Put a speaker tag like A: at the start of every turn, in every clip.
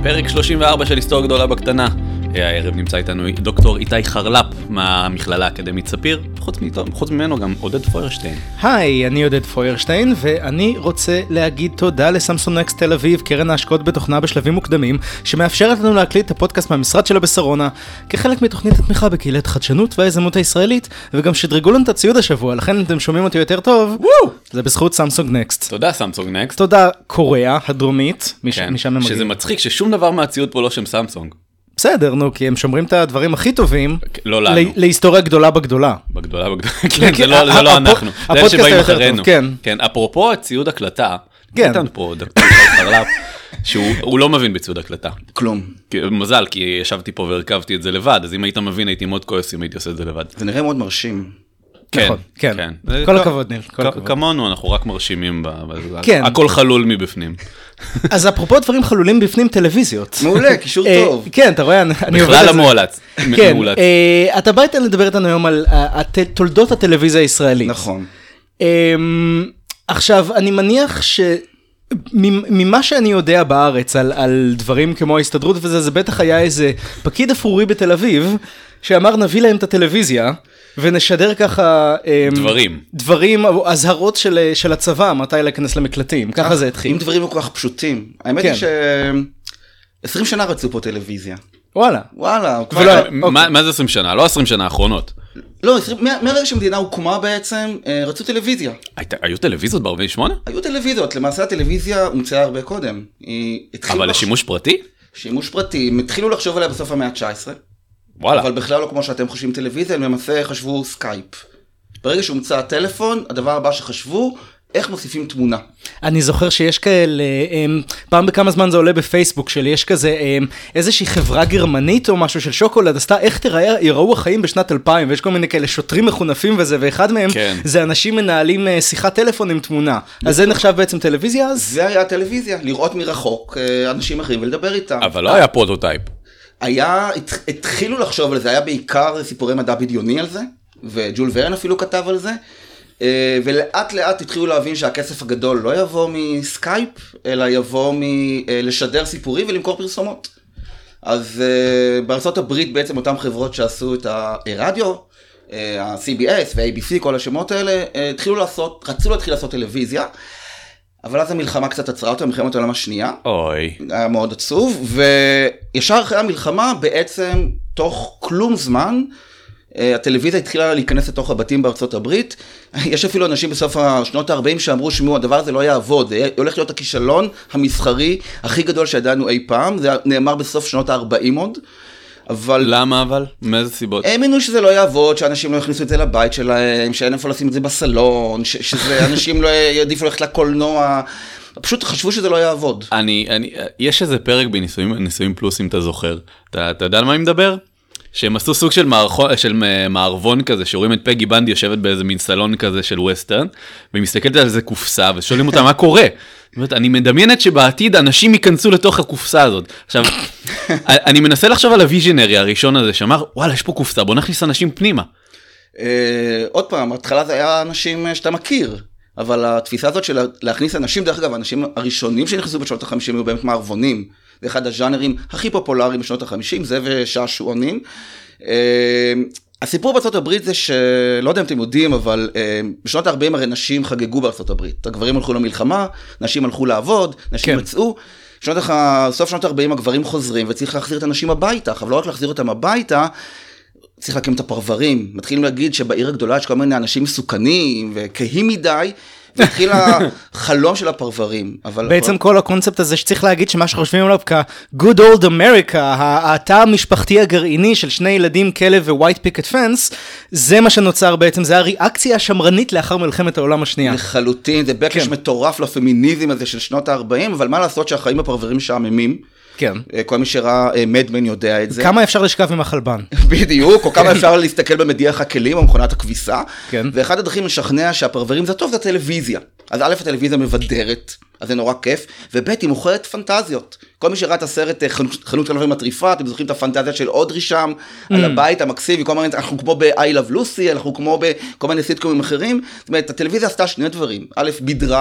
A: פרק 34 של היסטוריה גדולה בקטנה. הערב נמצא איתנו דוקטור איתי חרל"פ מהמכללה האקדמית ספיר. חוץ ממנו גם עודד פוירשטיין.
B: היי, אני עודד פוירשטיין, ואני רוצה להגיד תודה לסמסונג נקסט תל אביב, קרן ההשקעות בתוכנה בשלבים מוקדמים, שמאפשרת לנו להקליט את הפודקאסט מהמשרד שלה בשרונה, כחלק מתוכנית התמיכה בקהילת החדשנות והיזמות הישראלית, וגם שדרגו לנו את הציוד השבוע, לכן אתם שומעים אותי יותר טוב. זה בזכות סמסונג נקסט.
A: תודה סמסונג נקסט.
B: תודה קוריאה הדרומית, משם הם מגיעים.
A: שזה מצחיק ששום דבר מהציוד פה לא שם סמסונג.
B: בסדר, נו, כי הם שומרים את הדברים הכי טובים.
A: לא לנו.
B: להיסטוריה גדולה בגדולה.
A: בגדולה. כן, זה לא אנחנו. זה אלה שבאים אחרינו. כן, אפרופו ציוד הקלטה, נתן פה דוקטור חרל"פ, שהוא לא מבין בציוד הקלטה.
C: כלום.
A: מזל, כי ישבתי פה והרכבתי את זה לבד, אז אם היית מבין, הייתי מאוד כועס אם הייתי עושה את זה לבד.
C: זה נראה מאוד מרשים.
B: נכון, כן. כל הכבוד, ניל.
A: כמונו, אנחנו רק מרשימים,
B: כן.
A: הכל חלול מבפנים.
B: אז אפרופו דברים חלולים בפנים, טלוויזיות.
C: מעולה, קישור טוב.
B: כן, אתה רואה, אני עובד על זה.
A: בכלל המועלץ.
B: כן, אתה בא איתנו לדבר איתנו היום על תולדות הטלוויזיה הישראלית.
C: נכון.
B: עכשיו, אני מניח ממה שאני יודע בארץ על דברים כמו ההסתדרות וזה, זה בטח היה איזה פקיד אפרורי בתל אביב, שאמר נביא להם את הטלוויזיה, ונשדר ככה דברים, הזהרות של הצבא, מתי להיכנס למקלטים, ככה זה התחיל.
C: אם דברים כל כך פשוטים. האמת היא ש20 שנה רצו פה טלוויזיה.
B: וואלה.
A: מה זה 20 שנה? לא 20 שנה האחרונות.
C: לא, מהרגע שהמדינה הוקמה בעצם, רצו טלוויזיה.
A: היו טלוויזיות ב-48?
C: היו טלוויזיות, למעשה הטלוויזיה הומצאה הרבה קודם.
A: אבל לשימוש פרטי?
C: שימוש פרטי, הם התחילו לחשוב עליה בסוף המאה ה-19.
A: וואלה.
C: אבל בכלל לא כמו שאתם חושבים טלוויזיה, הם למעשה חשבו סקייפ. ברגע שהומצא הטלפון, הדבר הבא שחשבו, איך מוסיפים תמונה.
B: אני זוכר שיש כאלה, פעם בכמה זמן זה עולה בפייסבוק שלי, יש כזה איזושהי חברה גרמנית או משהו של שוקולד, עשתה איך יראו החיים בשנת 2000, ויש כל מיני כאלה שוטרים מחונפים וזה, ואחד מהם זה אנשים מנהלים שיחת טלפון עם תמונה. אז זה נחשב בעצם טלוויזיה אז?
C: זה היה טלוויזיה, לראות מרחוק אנשים אחרים ולדבר איתם.
A: אבל לא היה פרוטוטייפ.
C: התחילו לחשוב על זה, היה בעיקר סיפורי מדע בדיוני על זה, וג'ול ורן אפילו כתב על זה, ולאט לאט התחילו להבין שהכסף הגדול לא יבוא מסקייפ, אלא יבוא מלשדר סיפורים ולמכור פרסומות. אז בארצות הברית בעצם אותם חברות שעשו את הרדיו, ה-CBS וה-ABC, כל השמות האלה, רצו להתחיל לעשות טלוויזיה, אבל אז המלחמה קצת עצרה אותה, מלחמת העולם השנייה.
A: אוי.
C: היה מאוד עצוב, וישר אחרי המלחמה, בעצם, תוך כלום זמן, הטלוויזיה התחילה להיכנס לתוך הבתים בארצות הברית. יש אפילו אנשים בסוף השנות ה-40 שאמרו, שמעו, הדבר הזה לא יעבוד, זה הולך להיות הכישלון המסחרי הכי גדול שידענו אי פעם, זה נאמר בסוף שנות ה-40 עוד.
A: למה אבל? מאיזה סיבות?
C: האמינו שזה לא יעבוד, שאנשים לא יכניסו את זה לבית שלהם, שאין איפה לשים את זה בסלון, שאנשים לא יעדיפו ללכת לקולנוע, פשוט חשבו שזה לא יעבוד.
A: יש איזה פרק בניסויים פלוס, אם אתה זוכר. אתה יודע על מה אני מדבר? שהם עשו סוג של מערבון כזה, שרואים את פגי בנדי יושבת באיזה מין סלון כזה של ווסטרן, והיא מסתכלת על איזה קופסה, ושואלים אותה מה קורה. זאת אומרת, אני מדמיינת שבעתיד אנשים ייכנסו לתוך הקופסה הזאת. עכשיו, אני מנסה לחשוב על הוויז'נרי הראשון הזה, שאמר, וואלה, יש פה קופסה, בוא נכניס אנשים פנימה.
C: עוד פעם, התחלה זה היה אנשים שאתה מכיר, אבל התפיסה הזאת של להכניס אנשים, דרך אגב, האנשים הראשונים שנכנסו בשנות ה-50 היו באמת מערבונים. זה אחד הז'אנרים הכי פופולריים בשנות ה-50, זה ושעשועונים. הסיפור בארצות הברית זה שלא יודע אם אתם יודעים, אבל בשנות ה-40 הרי נשים חגגו בארצות הברית. הגברים הלכו למלחמה, נשים הלכו לעבוד, נשים יצאו. סוף שנות ה-40 הגברים חוזרים, וצריך להחזיר את הנשים הביתה, אבל לא רק להחזיר אותם הביתה, צריך להקים את הפרברים. מתחילים להגיד שבעיר הגדולה יש כל מיני אנשים מסוכנים וכהים מדי, והתחיל החלום של הפרברים.
B: בעצם כל הקונספט הזה שצריך להגיד שמה שחושבים עליו כ-good old America, התא המשפחתי הגרעיני של שני ילדים, כלב ו-white picket fence, זה מה שנוצר בעצם, זה הריאקציה השמרנית לאחר מלחמת העולם השנייה.
C: לחלוטין, זה בקש מטורף לפמיניזם הזה של שנות ה-40, אבל מה לעשות שהחיים בפרברים שעממים,
B: כן.
C: כל מי שראה מדמן יודע את זה.
B: כמה אפשר לשכב עם החלבן.
C: בדיוק, או כמה אפשר להסתכל במדיח הכלים או מכונת הכביסה.
B: כן.
C: ואחד הדרכים לשכנע שהפרברים זה טוב, זה הטלוויזיה. אז א', הטלוויזיה מבדרת, אז זה נורא כיף, וב', היא מוכרת פנטזיות. כל מי שראה את הסרט חנות כלבים מטריפה, אתם זוכרים את הפנטזיה של אודרי שם, על הבית המקסים, אנחנו כמו ב-I Love Lucy, אנחנו כמו בכל מיני סיטקומים אחרים. זאת אומרת, הטלוויזיה עשתה שני דברים. א', בידרה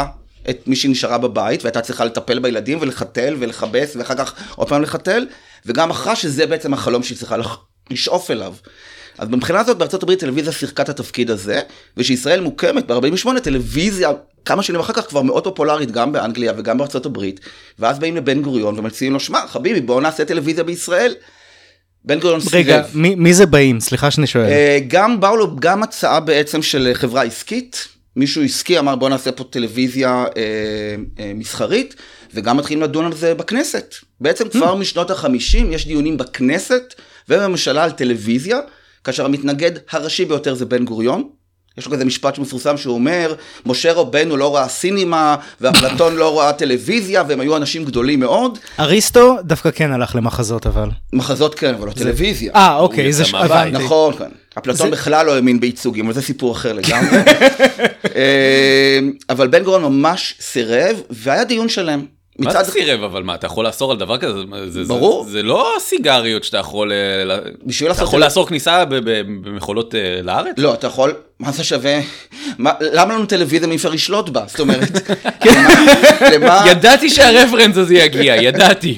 C: את מי שנשארה בבית, והייתה צריכה לטפל בילדים ולחתל ולחבס, ואחר כך עוד פעם לחתל, וגם אחרי שזה בעצם החלום שהיא צריכה לשאוף אליו. אז מבחינה הזאת בארצות הברית טלוויזיה שיחקה את התפקיד הזה, ושישראל מוקמת ב-48 טלוויזיה, כמה שנים אחר כך כבר מאוד פופולרית גם באנגליה וגם בארצות הברית, ואז באים לבן גוריון ומציעים לו, שמע, חביבי, בואו נעשה טלוויזיה בישראל. בן גוריון סירב.
B: רגע, מי זה באים? סליחה שאני שואל.
C: גם באו לו, גם הצעה בעצם של חברה עסקית, מישהו עסקי אמר בואו נעשה פה טלוויזיה מסחרית, וגם מתחילים לדון על זה בכנסת. בעצם כבר משנות ה-50 יש דיונים בכנסת ובממשלה על טלוויזיה, כאשר המתנגד הראשי ביותר זה בן גוריון. יש לו כזה משפט שמפורסם שהוא אומר, משה רבנו לא ראה סינימה, ואפלטון לא ראה טלוויזיה, והם היו אנשים גדולים מאוד.
B: אריסטו דווקא כן הלך למחזות אבל.
C: מחזות כן, אבל לא טלוויזיה.
B: אוקיי, זה הבנתי.
C: נכון, כן. אפלטון בכלל לא האמין בייצוגים, אבל זה סיפור אחר לגמרי. אבל בן גוריון ממש סירב, והיה דיון שלם.
A: מה זה סירב, אבל מה, אתה יכול לאסור על דבר כזה?
C: ברור.
A: זה לא סיגריות שאתה יכול... אתה יכול לאסור כניסה במכולות לארץ?
C: לא, אתה יכול... מה זה שווה? למה לנו טלוויזיה מי אפשר לשלוט בה? זאת אומרת...
A: ידעתי שהרפרנס הזה יגיע, ידעתי.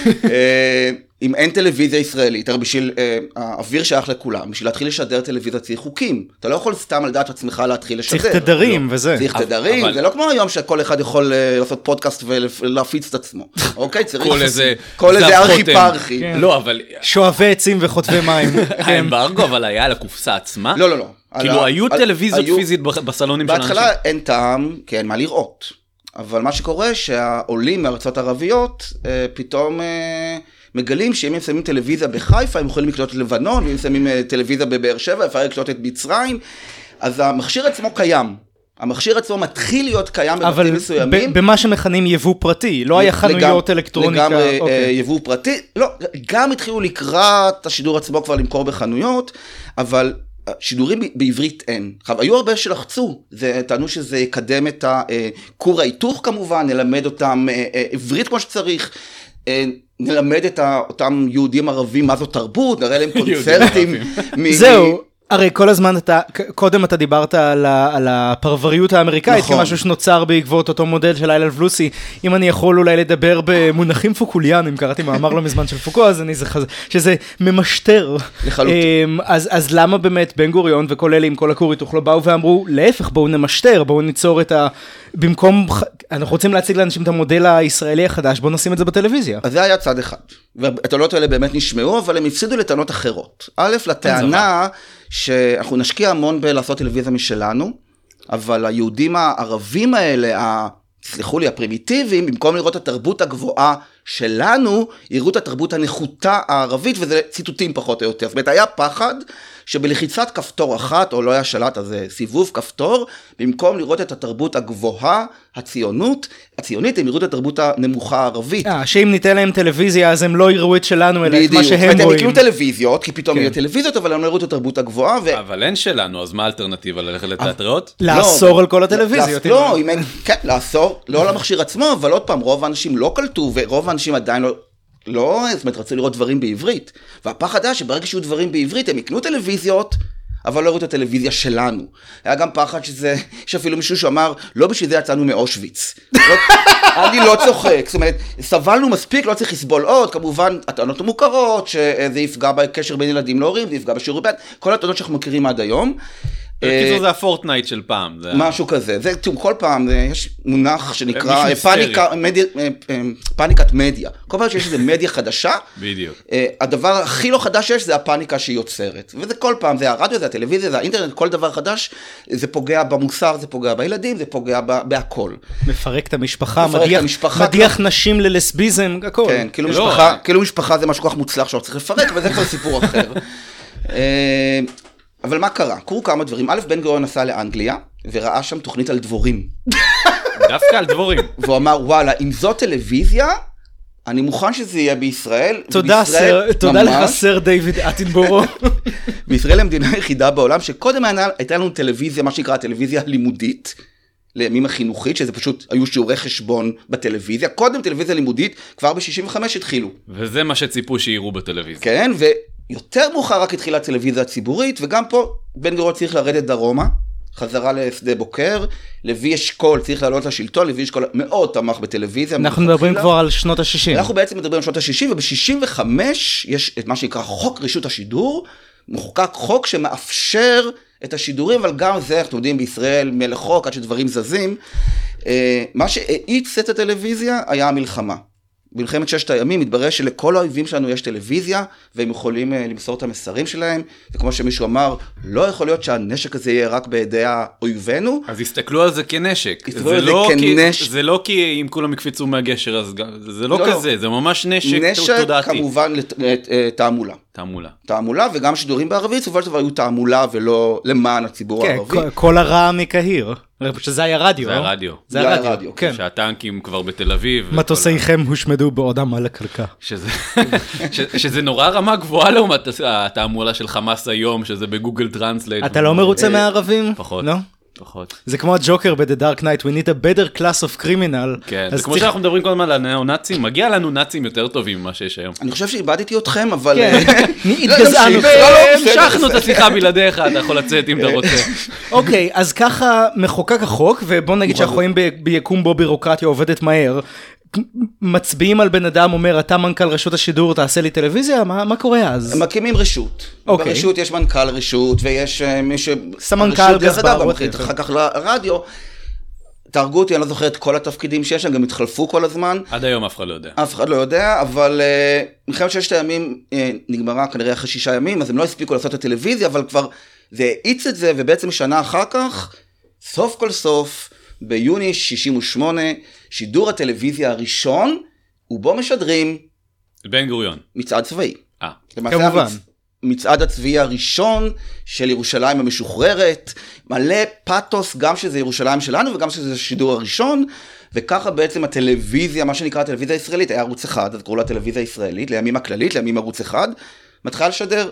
C: אם אין טלוויזיה ישראלית, הרי בשביל האוויר שייך לכולם, בשביל להתחיל לשדר טלוויזיה צריך חוקים. אתה לא יכול סתם על דעת עצמך להתחיל לשדר.
B: צריך תדרים וזה.
C: צריך תדרים, זה לא כמו היום שכל אחד יכול לעשות פודקאסט ולהפיץ את עצמו. אוקיי, צריך... כל איזה ארכי פרחי.
A: לא, אבל...
B: שואבי עצים וחוטבי מים.
A: האמברגו, אבל היה על הקופסה עצמה?
C: לא, לא, לא.
A: כאילו היו טלוויזיות פיזית בסלונים של אנשים.
C: בהתחלה אין טעם, כי אין מה לראות. אבל מה שקורה שהעולים מארצות ערביות פתאום מגלים שאם הם שמים טלוויזיה בחיפה, הם יכולים לקלוט את לבנון, ואם שמים טלוויזיה בבאר שבע, אפשר לקלוט את מצרים, אז המכשיר עצמו קיים. המכשיר עצמו מתחיל להיות קיים בבתים מסוימים.
B: אבל במה שמכנים יבוא פרטי, לא היה חנויות אלקטרוניקה.
C: לגמרי יבוא פרטי, לא, גם התחילו לקראת השידור עצמו כבר למכור בחנויות, אבל שידורים בעברית אין. היו הרבה שלחצו, טענו שזה יקדם את כור ההיתוך כמובן, נלמד אותם עברית כמו שצריך, נלמד את אותם יהודים ערבים מה זו תרבות, נראה להם קונצרטים.
B: זהו, הרי כל הזמן קודם אתה דיברת על הפרבריות האמריקאית, כמשהו שנוצר בעקבות אותו מודל של אייל ולוסי. אם אני יכול אולי לדבר במונחים פוקוליאנים, קראתי מאמר לא מזמן של פוקו, אז אני שזה ממשטר. אז למה באמת בן גוריון וכל אלה עם כל הכור היתוך לא באו ואמרו, להפך, בואו נמשטר, בואו ניצור את במקום, אנחנו רוצים להציג לאנשים את המודל הישראלי החדש, בואו נשים את זה בטלוויזיה.
C: אז זה היה צד אחד. והטענות האלה באמת נשמעו, אבל הם הפסידו לטענות אחרות. א', לטענה שאנחנו נשקיע המון בלעשות טלוויזיה משלנו, אבל היהודים הערבים האלה, סליחו לי, הפרימיטיביים, במקום לראות את התרבות הגבוהה שלנו, יראו את התרבות הנחותה הערבית, וזה ציטוטים פחות או יותר. זאת אומרת, היה פחד שבלחיצת כפתור אחת, או לא היה שלט, אז סיבוב כפתור, במקום לראות את התרבות הגבוהה, הציונית, הם יראו את התרבות הנמוכה הערבית.
B: שאם ניתן להם טלוויזיה, אז הם לא יראו את שלנו, אלא את מה שהם רואים.
C: הם יקנו טלוויזיות, כי פתאום יהיו טלוויזיות, אבל הם לא יראו את התרבות הגבוהה.
A: אבל אין שלנו, אז מה האלטרנטיבה ללכת לתיאטראות?
B: לאסור על כל הטלוויזיות.
C: לא, כן, לאסור, לא על המכשיר עצמו, אבל עוד פעם, רוב האנשים לא קלטו, ורוב האנשים עדיין לא, זאת אומרת, רצו לראות דברים בעברית. והפחד היה שברגע שיהיו דברים בעברית, הם יקנו טלוויזיות, אבל לא ראו את הטלוויזיה שלנו. היה גם פחד שזה, יש אפילו מישהו שאמר, לא בשביל זה יצאנו מאושוויץ. אני לא צוחק, זאת אומרת, סבלנו מספיק, לא צריך לסבול עוד, כמובן, הטענות המוכרות, שזה יפגע בקשר בין ילדים להורים, זה יפגע בשיעורי בית, כל הטענות שאנחנו מכירים עד היום.
A: בקיצור זה הפורטנייט של פעם.
C: משהו כזה, זה כל פעם, יש מונח שנקרא פאניקת מדיה. כל פעם שיש איזו מדיה חדשה,
A: בדיוק.
C: הדבר הכי לא חדש שיש זה הפאניקה שהיא יוצרת. וזה כל פעם, זה הרדיו, זה הטלוויזיה, זה האינטרנט, כל דבר חדש, זה פוגע במוסר, זה פוגע בילדים, זה פוגע בהכל.
B: מפרק את המשפחה, מדיח נשים ללסביזם, הכל.
C: כן, כאילו משפחה זה משהו כך מוצלח שאנחנו צריכים לפרק, וזה כבר סיפור אחר. אבל מה קרה? קרו כמה דברים. א', בן גוריון נסע לאנגליה, וראה שם תוכנית על דבורים.
A: דווקא על דבורים.
C: והוא אמר, וואלה, אם זו טלוויזיה, אני מוכן שזה יהיה בישראל.
B: תודה לך, סר דיוויד אטנבורו.
C: בישראל המדינה היחידה בעולם, שקודם הייתה לנו טלוויזיה, מה שנקרא טלוויזיה לימודית, לימים החינוכית, שזה פשוט היו שיעורי חשבון בטלוויזיה. קודם טלוויזיה לימודית, כבר ב-65 התחילו.
A: וזה מה שציפו שיראו בטלוויזיה.
C: כן, יותר מאוחר רק התחילה הטלוויזיה הציבורית, וגם פה בן גוריון צריך לרדת דרומה, חזרה לשדה בוקר, לוי אשכול צריך לעלות לשלטון, לוי אשכול מאוד תמך בטלוויזיה.
B: אנחנו מדברים כבר על שנות ה-60.
C: אנחנו בעצם מדברים על שנות ה-60, וב-65 יש את מה שנקרא חוק רשות השידור, מחוקק חוק שמאפשר את השידורים, אבל גם זה, אנחנו יודעים בישראל, מלך חוק, עד שדברים זזים, מה שהאיץ את הטלוויזיה היה המלחמה. במלחמת ששת הימים מתברר שלכל האויבים שלנו יש טלוויזיה, והם יכולים למסור את המסרים שלהם, וכמו שמישהו אמר, לא יכול להיות שהנשק הזה יהיה רק בידי האויבינו.
A: אז הסתכלו על זה כנשק.
C: הסתכלו על זה כנשק.
A: זה לא כי אם כולם יקפצו מהגשר, אז זה לא כזה, זה ממש נשק תודעתי.
C: נשק כמובן לתעמולה. תעמולה, וגם שידורים בערבית, סופו של דבר היו תעמולה ולא למען הציבור הערבי.
B: כל הרע מקהיר. שזה היה רדיו.
A: זה היה רדיו.
C: זה היה רדיו,
B: כן.
A: שהטנקים כבר בתל אביב.
B: מטוסיכם הושמדו בעודם על הקרקע.
A: שזה נורא רמה גבוהה לעומת התעמולה של חמאס היום, שזה בגוגל טרנסלייט.
B: אתה לא מרוצה מהערבים?
A: פחות.
B: לא?
A: פחות.
B: זה כמו הג'וקר ב-The Dark Knight, we need a better class of criminal.
A: כן, זה כמו שאנחנו מדברים כל הזמן על הנאצים, מגיע לנו נאצים יותר טובים ממה שיש היום.
C: אני חושב שאיבדתי אתכם, אבל...
B: התגזענו.
A: המשכנו את השיחה בלעדיך, אתה יכול לצאת אם אתה רוצה.
B: אוקיי, אז ככה מחוקק החוק, ובוא נגיד שאנחנו רואים ביקום בו בירוקרטיה עובדת מהר, מצביעים על בן אדם, אומר, אתה מנכ"ל רשות השידור, תעשה לי טלוויזיה, מה קורה אז?
C: מקימים רשות. ברשות יש מנכ"ל רשות, ויש מי ש...
B: סמנכ"ל גזבר.
C: אחר כך לרדיו. תהרגו אותי, אני לא זוכר את כל התפקידים שיש, הם גם התחלפו כל הזמן.
A: עד היום אף אחד לא יודע.
C: אף אחד לא יודע, אבל מלחמת ששת הימים נגמרה כנראה אחרי 6 ימים, אז הם לא הספיקו לעשות את הטלוויזיה, אבל כבר זה האיץ את זה, ובעצם שנה אחר כך, סוף כל סוף, ביוני 68, שידור הטלוויזיה הראשון, ובו משדרים...
A: בן גוריון.
C: מצעד צבאי.
B: כמובן.
C: מצעד הצבאי הראשון של ירושלים המשוחררת, מלא פאטוס, גם שזה ירושלים שלנו, וגם שזה שידור הראשון, וככה בעצם הטלוויזיה, מה שנקרא הטלוויזיה הישראלית, היה ערוץ אחד, אז קראו לה הטלוויזיה הישראלית, לימים הכללית, לימים ערוץ אחד, מתחילה לשדר.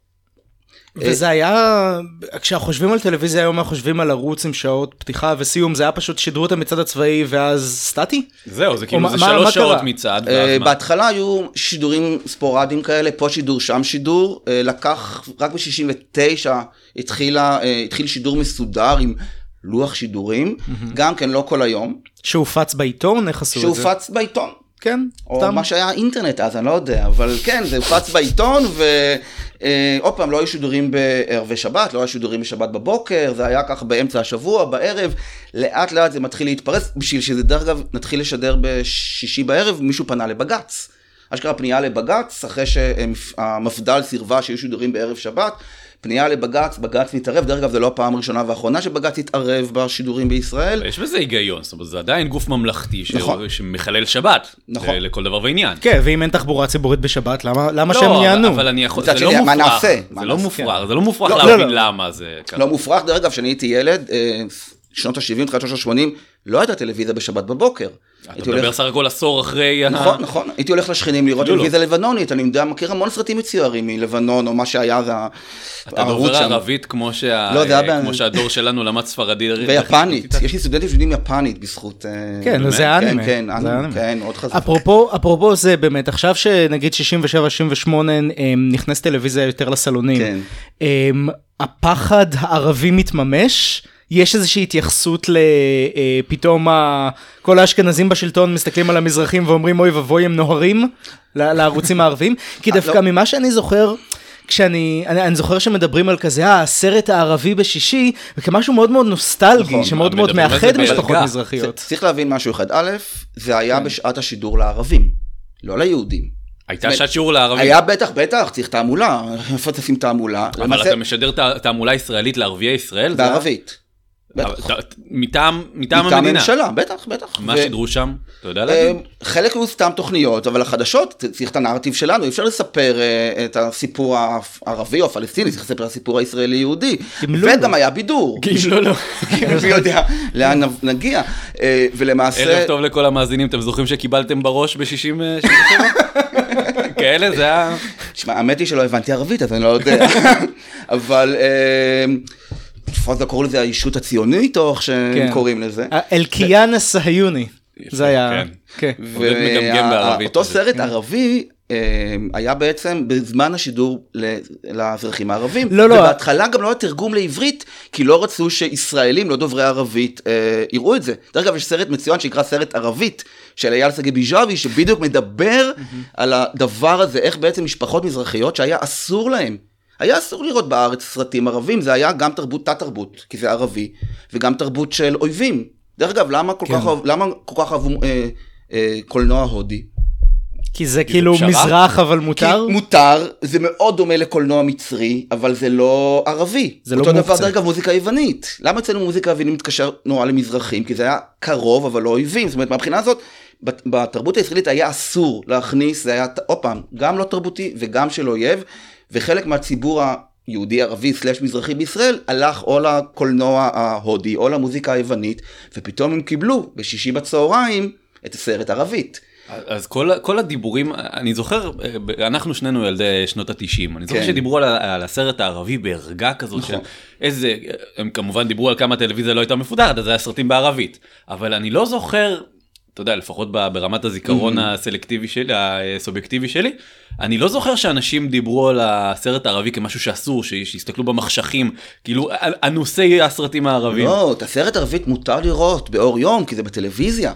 B: וזה היה, כשחושבים על טלוויזיה היום, חושבים על ערוץ עם שעות פתיחה וסיום, זה היה פשוט שידרו את המצעד הצבאי ואז סטטי?
A: זהו, זה כאילו, זה 3 שעות מצעד.
C: בהתחלה היו שידורים ספורדיים כאלה, פה שידור, שם שידור, לקח, רק ב-69 התחיל שידור מסודר עם לוח שידורים, גם כן לא כל היום.
B: שהופץ בעיתון, איך עשו את זה?
C: שהופץ בעיתון.
B: כן.
C: או מה שהיה אינטרנט אז, אני לא יודע, אבל כן, זה הופץ בעיתון, ועוד פעם, לא היו שידורים בערבי שבת, לא היו שידורים בשבת בבוקר, זה היה ככה באמצע השבוע, בערב, לאט לאט זה מתחיל להתפרס, בשביל שזה דרך אגב נתחיל לשדר בשישי בערב, מישהו פנה לבגץ. אשכרה פנייה לבגץ, אחרי שהמפד"ל סירבה שיהיו שידורים בערב שבת, פנייה לבגץ, בגץ מתערב, דרך אגב זה לא הפעם הראשונה והאחרונה שבגץ התערב בשידורים בישראל.
A: יש בזה היגיון, זאת אומרת, זה עדיין גוף ממלכתי שמחלל שבת, לכל דבר ועניין.
B: כן, ואם אין תחבורה ציבורית בשבת, למה שהם יענו?
A: לא, אבל אני יכול, זה לא מופרך, זה לא מופרך להבין למה זה ככה.
C: לא מופרך, דרך אגב, שאני הייתי ילד, שנות ה-70, תחילת שנות ה-80, לא הייתה טלוויזיה בשבת בבוקר.
A: אתה מדבר סך הכל עשור אחרי...
C: נכון, נכון. הייתי הולך לשכנים לראות טלוויזיה לבנונית, אני מכיר המון סרטים מצוירים מלבנון, או מה שהיה זה
A: אתה דובר ערבית כמו שהדור שלנו למד ספרדי.
C: ויפנית. יש לי סטודנטים שיודעים יפנית בזכות...
B: כן, זה האנימה.
C: כן, מאוד חזק.
B: אפרופו זה באמת, עכשיו שנגיד 67-68 נכנס טלוויזיה יותר לסלונים, הפחד הערבי מתממש, יש איזושהי התייחסות לפתאום כל האשכנזים בשלטון מסתכלים על המזרחים ואומרים אוי ובוי הם נוהרים לערוצים הערבים, כי דווקא ממה שאני זוכר, אני זוכר שמדברים על כזה, הסרט הערבי בשישי, וכמשהו מאוד מאוד נוסטלגי, שמאוד מאוד מאחד משפחות מזרחיות.
C: צריך להבין משהו אחד, א', זה היה בשעת השידור לערבים, לא ליהודים.
A: הייתה שעת שיעור לערבים.
C: היה בטח, צריך תעמולה, איפה תשים תעמולה.
A: אבל אתה משדר תעמולה ישראלית לערביי ישראל?
C: בערבית.
A: מטעם המדינה.
C: הממשלה, בטח.
A: מה שידרו שם? אתה יודע להגיד?
C: חלק היו סתם תוכניות, אבל החדשות, צריך את הנרטיב שלנו, אי אפשר לספר את הסיפור הערבי או הפלסטיני, צריך לספר את הסיפור הישראלי-יהודי. וגם היה בידור.
A: לא.
C: מי יודע לאן נגיע. ולמעשה...
A: ערב טוב לכל המאזינים, אתם זוכרים שקיבלתם בראש ב-67? כאלה זה היה...
C: תשמע, האמת היא שלא הבנתי ערבית, אז אני לא יודע. אבל... לפחות קוראים לזה האישות הציונית, או איך שקוראים לזה.
B: אלקיין הסהיוני. זה היה...
A: עודד מגמגם בערבית.
C: אותו סרט ערבי היה בעצם בזמן השידור לאזרחים הערבים.
B: לא.
C: ובהתחלה גם לא היה תרגום לעברית, כי לא רצו שישראלים, לא דוברי ערבית, יראו את זה. דרך אגב, יש סרט מצוין שנקרא סרט ערבית, של אייל סגי ביג'אבי, שבדיוק מדבר על הדבר הזה, איך בעצם משפחות מזרחיות שהיה אסור להם. היה אסור לראות בארץ סרטים ערבים, זה היה גם תרבות, תת-תרבות, כי זה ערבי, וגם תרבות של אויבים. דרך אגב, למה כל כך אהבו קולנוע הודי?
B: כי זה כאילו מזרח אבל מותר?
C: כי מותר, זה מאוד דומה לקולנוע מצרי, אבל זה לא ערבי.
B: זה לא מוקצה.
C: אותו דבר דרך אגב מוזיקה יוונית. למה אצלנו מוזיקה יוונית מתקשר נורא למזרחים? כי זה היה קרוב אבל לא אויבים. זאת אומרת, מהבחינה הזאת, בתרבות הישראלית היה אסור להכניס, זה היה, פעם, גם לא תרבותי וגם של אויב, וחלק מהציבור היהודי ערבי סלש מזרחי בישראל, הלך או לקולנוע ההודי או למוזיקה היוונית, ופתאום הם קיבלו בשישי בצהריים את הסרט ערבית.
A: אז כל הדיבורים, אני זוכר, אנחנו שנינו ילדי שנות ה-90, אני זוכר שדיברו על הסרט הערבי בהרגה כזאת, של איזה, הם כמובן דיברו על כמה טלוויזיה לא הייתה מפודרת, אז זה היה סרטים בערבית, אבל אני לא זוכר, אתה יודע, לפחות ברמת הזיכרון הסלקטיבי שלי, הסובייקטיבי שלי, אני לא זוכר שאנשים דיברו על הסרט הערבי כמשהו שאסור, שיסתכלו במחשכים, כאילו, הנושאי הסרטים הערבים.
C: לא, את הסרט הערבית מותר לראות באור יום, כי זה בטלוויזיה.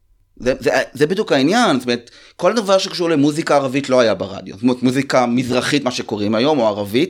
C: זה בדיוק העניין, זאת אומרת, כל דבר שקשור למוזיקה ערבית לא היה ברדיו, זאת אומרת, מוזיקה מזרחית, מה שקוראים היום, או ערבית,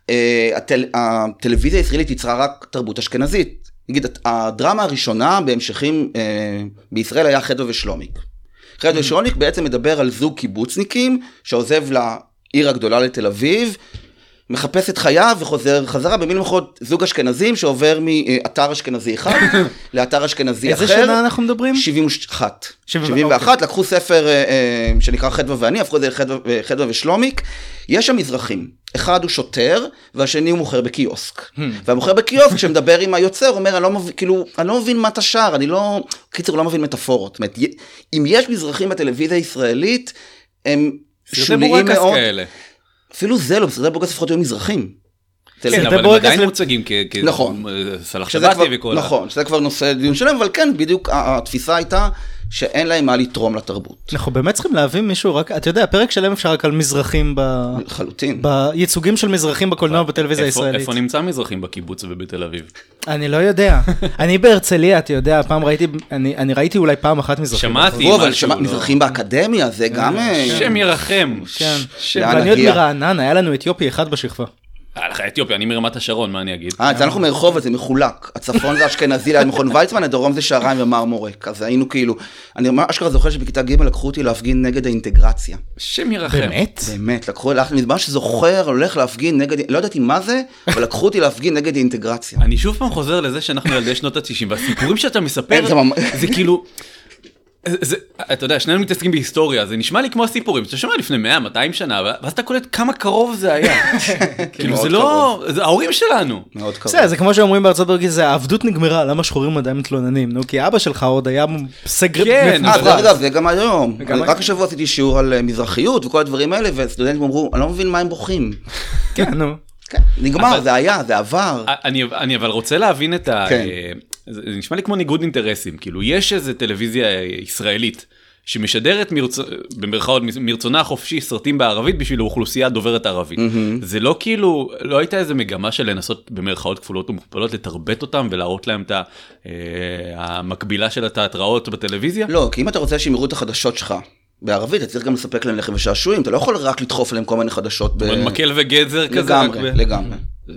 C: הטלוויזיה הישראלית יצרה רק תרבות אשכנזית. נגיד, הדרמה הראשונה בהמשכים בישראל היה חדווה ושלומיק. חדווה ושלומיק בעצם מדבר על זוג קיבוצניקים, שעוזב לעיר הגדולה לתל אביב, מחפש את חייו וחוזר חזרה, במילים אחרות זוג אשכנזים שעובר מאתר אשכנזי אחד לאתר אשכנזי אחר.
B: איזה שנה אנחנו מדברים?
C: 71. 71, לקחו ספר שנקרא חדווה ואני, הפכו את זה לחדווה ושלומיק. יש שם מזרחים, אחד הוא שוטר והשני הוא מוכר בקיוסק. והמוכר בקיוסק שמדבר עם היוצר אומר, אני לא מבין מה אתה שר, קיצר, הוא לא מבין מטאפורות. אם יש מזרחים בטלוויזיה הישראלית, הם שוליים מאוד. אפילו זה לא, בסרטי בורקס לפחות היו מזרחים.
A: כן, אבל הם עדיין מוצגים כסלח שבתי וכל...
C: נכון, שזה כבר נושא דיון שלהם, אבל כן, בדיוק התפיסה הייתה שאין להם מה לתרום לתרבות.
B: אנחנו באמת צריכים להביא מישהו רק, אתה יודע, פרק שלם אפשר רק על מזרחים
C: חלוטין.
B: בייצוגים של מזרחים בקולנוע בטלוויזיה הישראלית.
A: איפה נמצא מזרחים בקיבוץ ובתל אביב?
B: אני לא יודע. אני בהרצליה, אתה יודע, פעם אני ראיתי אולי פעם אחת מזרחים.
A: שמעתי משהו.
C: אבל מזרחים באקדמיה, זה גם...
A: שם ירחם.
B: כן. ואני עוד מרענן, היה לנו אתיופי אחד בשכבה.
A: לך אתיופיה, אני מרמת השרון, מה אני אגיד?
C: אצלנו אנחנו מרחוב, זה מחולק. הצפון זה אשכנזי ליד מכון ויצמן, הדרום זה שעריים ומרמורק. אז היינו כאילו, אני אשכרה זוכר שבכיתה ג' לקחו אותי להפגין נגד האינטגרציה.
A: שם ירחם.
B: באמת?
C: באמת, לקחו, נדמה שזוכר, הולך להפגין נגד, לא ידעתי מה זה, אבל לקחו אותי להפגין נגד האינטגרציה.
A: אני שוב פעם חוזר לזה שאנחנו ילדי שנות ה-90, והסיפורים שאתה מספר, זה כאילו... אתה יודע, שנינו מתעסקים בהיסטוריה, זה נשמע לי כמו הסיפורים, אתה שומע לפני 100-200 שנה, ואז אתה קולט כמה קרוב זה היה. כאילו זה לא, זה ההורים שלנו.
C: מאוד קרוב.
B: זה כמו שאומרים בארצות הברית, זה העבדות נגמרה, למה שחורים עדיין מתלוננים? נו, כי אבא שלך עוד היה סגר...
C: כן, אגב, זה גם היום. רק השבוע עשיתי שיעור על מזרחיות וכל הדברים האלה, וסטודנטים אמרו, אני לא מבין מה הם בוכים.
B: כן, נו.
C: נגמר, זה היה, זה עבר.
A: אני אבל רוצה להבין את ה... זה נשמע לי כמו ניגוד אינטרסים, כאילו יש איזו טלוויזיה ישראלית שמשדרת במרכאות מרצונה החופשי סרטים בערבית בשביל האוכלוסייה דוברת ערבית. זה לא כאילו, לא הייתה איזו מגמה של לנסות במרכאות כפולות ומכופלות לתרבט אותם ולהראות להם את המקבילה של התיאטראות בטלוויזיה?
C: לא, כי אם אתה רוצה שימרו את החדשות שלך בערבית, אתה צריך גם לספק להם לחם ושעשועים, אתה לא יכול רק לדחוף להם כל מיני חדשות.
A: מקל וגזר כזה.
C: לגמרי.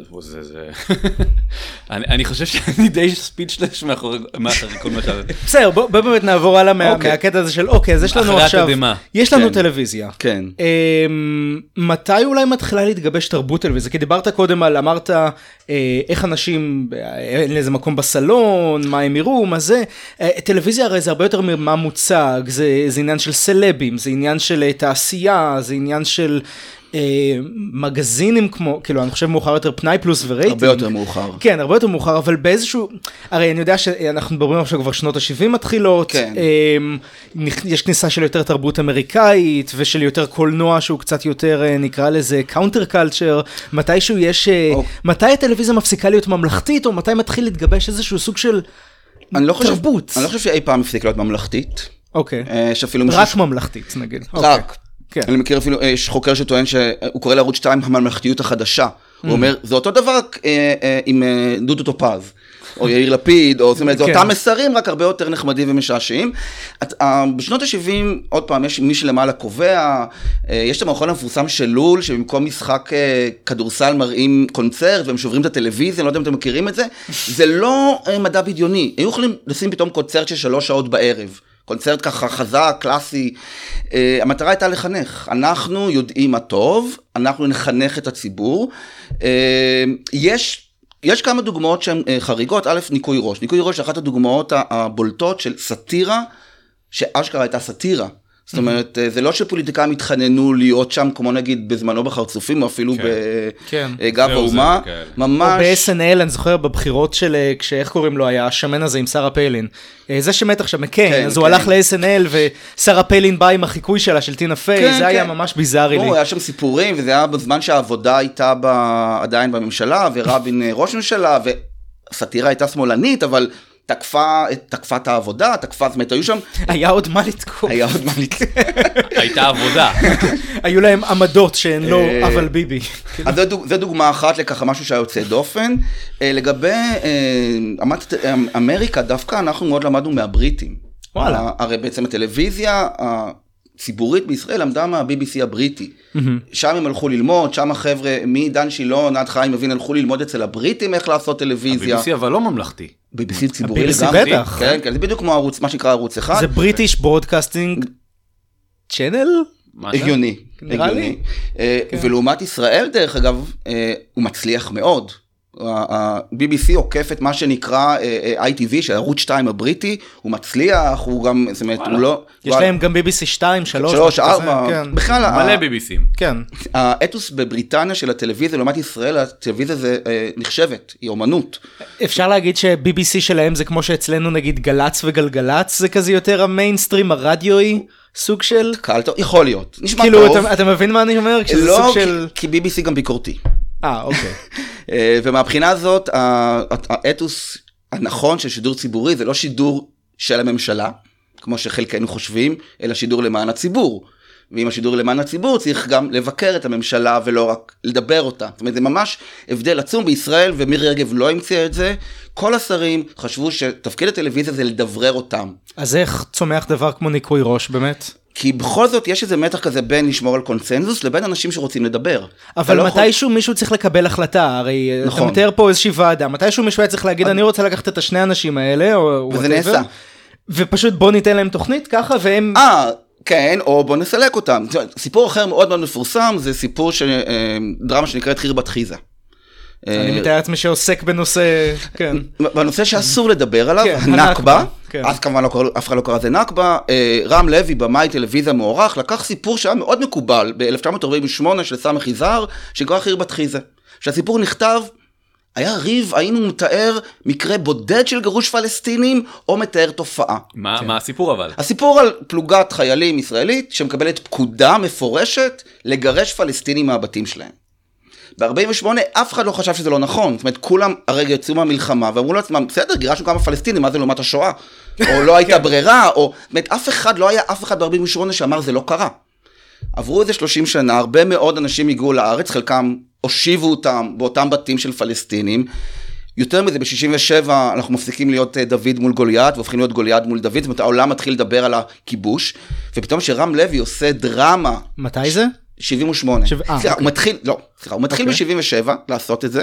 A: אני חושב שאני די ספיצ'לס מאחורי כל מה שאתה...
B: בסדר, בוא באמת נעבור הלאה מהקטע הזה של אוקיי, אז יש לנו עכשיו, יש לנו טלוויזיה.
C: כן.
B: מתי אולי מתחילה להתגבש תרבות טלוויזיה? כי דיברת קודם על, אמרת איך אנשים, אין לאיזה מקום בסלון, מה הם יראו, מה זה. טלוויזיה הרי זה הרבה יותר מה מוצג, זה עניין של סלבים, זה עניין של תעשייה, זה עניין של... מגזינים כמו, כאילו אני חושב מאוחר יותר פנאי פלוס ורייטינג.
C: הרבה יותר מאוחר.
B: כן, הרבה יותר מאוחר, אבל באיזשהו, הרי אני יודע שאנחנו מדברים עכשיו כבר שנות ה-70 מתחילות,
C: כן.
B: יש כניסה של יותר תרבות אמריקאית, ושל יותר קולנוע שהוא קצת יותר, נקרא לזה קאונטר קלצ'ר, מתישהו יש, מתי הטלוויזיה מפסיקה להיות ממלכתית, או מתי מתחיל להתגבש איזשהו סוג של תרבות?
C: אני לא חושב שאי פעם הפסיק להיות ממלכתית.
B: אוקיי.
C: שאפילו
B: רק ממלכתית, נגיד.
C: רק.
B: כן.
C: אני מכיר אפילו, יש חוקר שטוען שהוא קורא לערוץ 2 הממלכתיות החדשה. הוא אומר, זה אותו דבר עם דודו טופז, או יאיר לפיד, או זאת אומרת, זה אותם מסרים, רק הרבה יותר נחמדים ומשעשעים. בשנות ה-70, עוד פעם, יש מי שלמעלה קובע, יש את המכון המפורסם של לול, שבמקום משחק כדורסל מראים קונצרט, והם שוברים את הטלוויזיה, אני לא יודע אם אתם מכירים את זה, זה לא מדע בדיוני. היו יכולים לשים פתאום קונצרט של 3 שעות בערב. קונצרט ככה חזק, קלאסי. המטרה הייתה לחנך. אנחנו יודעים מה טוב, אנחנו נחנך את הציבור. יש כמה דוגמאות שהן חריגות. א', ניקוי ראש. ניקוי ראש, אחת הדוגמאות הבולטות של סאטירה, שאשכרה הייתה סאטירה. זאת אומרת, זה לא שפוליטיקאים התחננו להיות שם, כמו נגיד בזמנו בחרצופים, או אפילו בגב האומה. ממש...
B: או ב-SNL, אני זוכר בבחירות של, כשאיך קוראים לו, היה השמן הזה עם שרה פיילין. זה שמת עכשיו מקיין, אז הוא הלך ל-SNL, ושרה פיילין באה עם החיקוי שלה, של טינה פיי, זה היה ממש ביזארי לי.
C: היה שם סיפורים, וזה היה בזמן שהעבודה הייתה עדיין בממשלה, ורבין ראש ממשלה, וסאטירה הייתה שמאלנית, אבל... תקפה את העבודה, זאת אומרת, היו שם...
B: היה עוד מה לתקוף.
A: הייתה עבודה.
B: היו להם עמדות שהן לא, אבל ביבי.
C: אז זו דוגמה אחת לככה משהו שהיה יוצא דופן. לגבי אמריקה, דווקא אנחנו מאוד למדנו מהבריטים.
B: וואלה.
C: הרי בעצם הטלוויזיה הציבורית בישראל למדה מה-BBC הבריטי. שם הם הלכו ללמוד, שם החבר'ה מדן שילון עד חיים מבין הלכו ללמוד אצל הבריטים איך לעשות טלוויזיה.
A: ה-BBC אבל לא ממלכתי.
C: BBC ציבורי
B: ה-BBC בטח.
C: כן, כן, זה בדיוק כמו ערוץ, מה שנקרא ערוץ אחד.
B: זה בריטיש ברודקאסטינג צ'אנל?
C: הגיוני.
B: נראה לי.
C: ולעומת ישראל, דרך אגב, הוא מצליח מאוד. ה-BBC עוקף את מה שנקרא ITV, שערוץ 2 הבריטי, הוא מצליח, הוא גם, זאת אומרת, הוא לא...
B: יש להם גם BBC 2, 3,
C: 3, 4, בכלל...
A: מלא BBCים.
B: כן.
C: האתוס בבריטניה של הטלוויזיה, לעומת ישראל, הטלוויזיה זה נחשבת, היא אומנות.
B: אפשר להגיד ש-BBC שלהם זה כמו שאצלנו נגיד גלץ וגלגלץ, זה כזה יותר המיינסטרים הרדיואי, סוג של...
C: יכול להיות, נשמע טוב.
B: כאילו, אתה מבין מה אני אומר?
C: לא, כי BBC גם ביקורתי.
B: אוקיי.
C: ומהבחינה הזאת, האתוס הנכון של שידור ציבורי, זה לא שידור של הממשלה, כמו שחלקנו חושבים, אלא שידור למען הציבור. ואם השידור למען הציבור, צריך גם לבקר את הממשלה, ולא רק לדבר אותה. זאת אומרת, זה ממש הבדל עצום בישראל, ומירי רגב לא המציאה את זה. כל השרים חשבו שתפקיד הטלוויזיה זה לדברר אותם.
B: אז איך צומח דבר כמו ניקוי ראש, באמת?
C: כי בכל זאת יש איזה מתח כזה בין לשמור על קונצנזוס לבין אנשים שרוצים לדבר.
B: אבל מתישהו מישהו צריך לקבל החלטה, הרי אתה מתאר פה איזושהי ועדה, מתישהו מישהו היה צריך להגיד אני רוצה לקחת את השני האנשים האלה,
C: וזה נעשה.
B: ופשוט בוא ניתן להם תוכנית ככה והם...
C: כן, או בוא נסלק אותם. סיפור אחר מאוד מאוד מפורסם, זה סיפור דרמה שנקראת חיר בת חיזה.
B: אני מתאר לעצמי שעוסק בנושא, כן.
C: בנושא שאסור לדבר עליו, הנכבה, אז כמובן אף אחד לא קרא זה נכבה, רם לוי, במאי טלוויזיה מוערך, לקח סיפור שהיה מאוד מקובל, ב-1948 של סמך יזהר, שקרא חיר בת חיזה. כשהסיפור נכתב, היה ריב, היינו מתאר מקרה בודד של גירוש פלסטינים, או מתאר תופעה.
A: מה הסיפור אבל?
C: הסיפור על פלוגת חיילים ישראלית, שמקבלת פקודה מפורשת, לגרש פלסטינים מהבתים שלהם. ב-48 אף אחד לא חשב שזה לא נכון, זאת אומרת, כולם הרגע יצאו מהמלחמה, ואמרו לעצמם, בסדר, גירשנו כמה פלסטינים, מה זה לעומת השואה? או לא הייתה ברירה, או, זאת אומרת, לא היה אף אחד ב-48 שאמר, זה לא קרה. עברו איזה 30 שנה, הרבה מאוד אנשים הגיעו לארץ, חלקם הושיבו אותם באותם בתים של פלסטינים, יותר מזה, ב-67 אנחנו מפסיקים להיות דוד מול גוליית, והופכים להיות גוליית מול דוד, זאת אומרת, העולם מתחיל לדבר על הכיבוש, ופתאום שרם לוי עושה דרמה.
B: מתי זה?
C: 78. הוא מתחיל ב-77 לעשות את זה.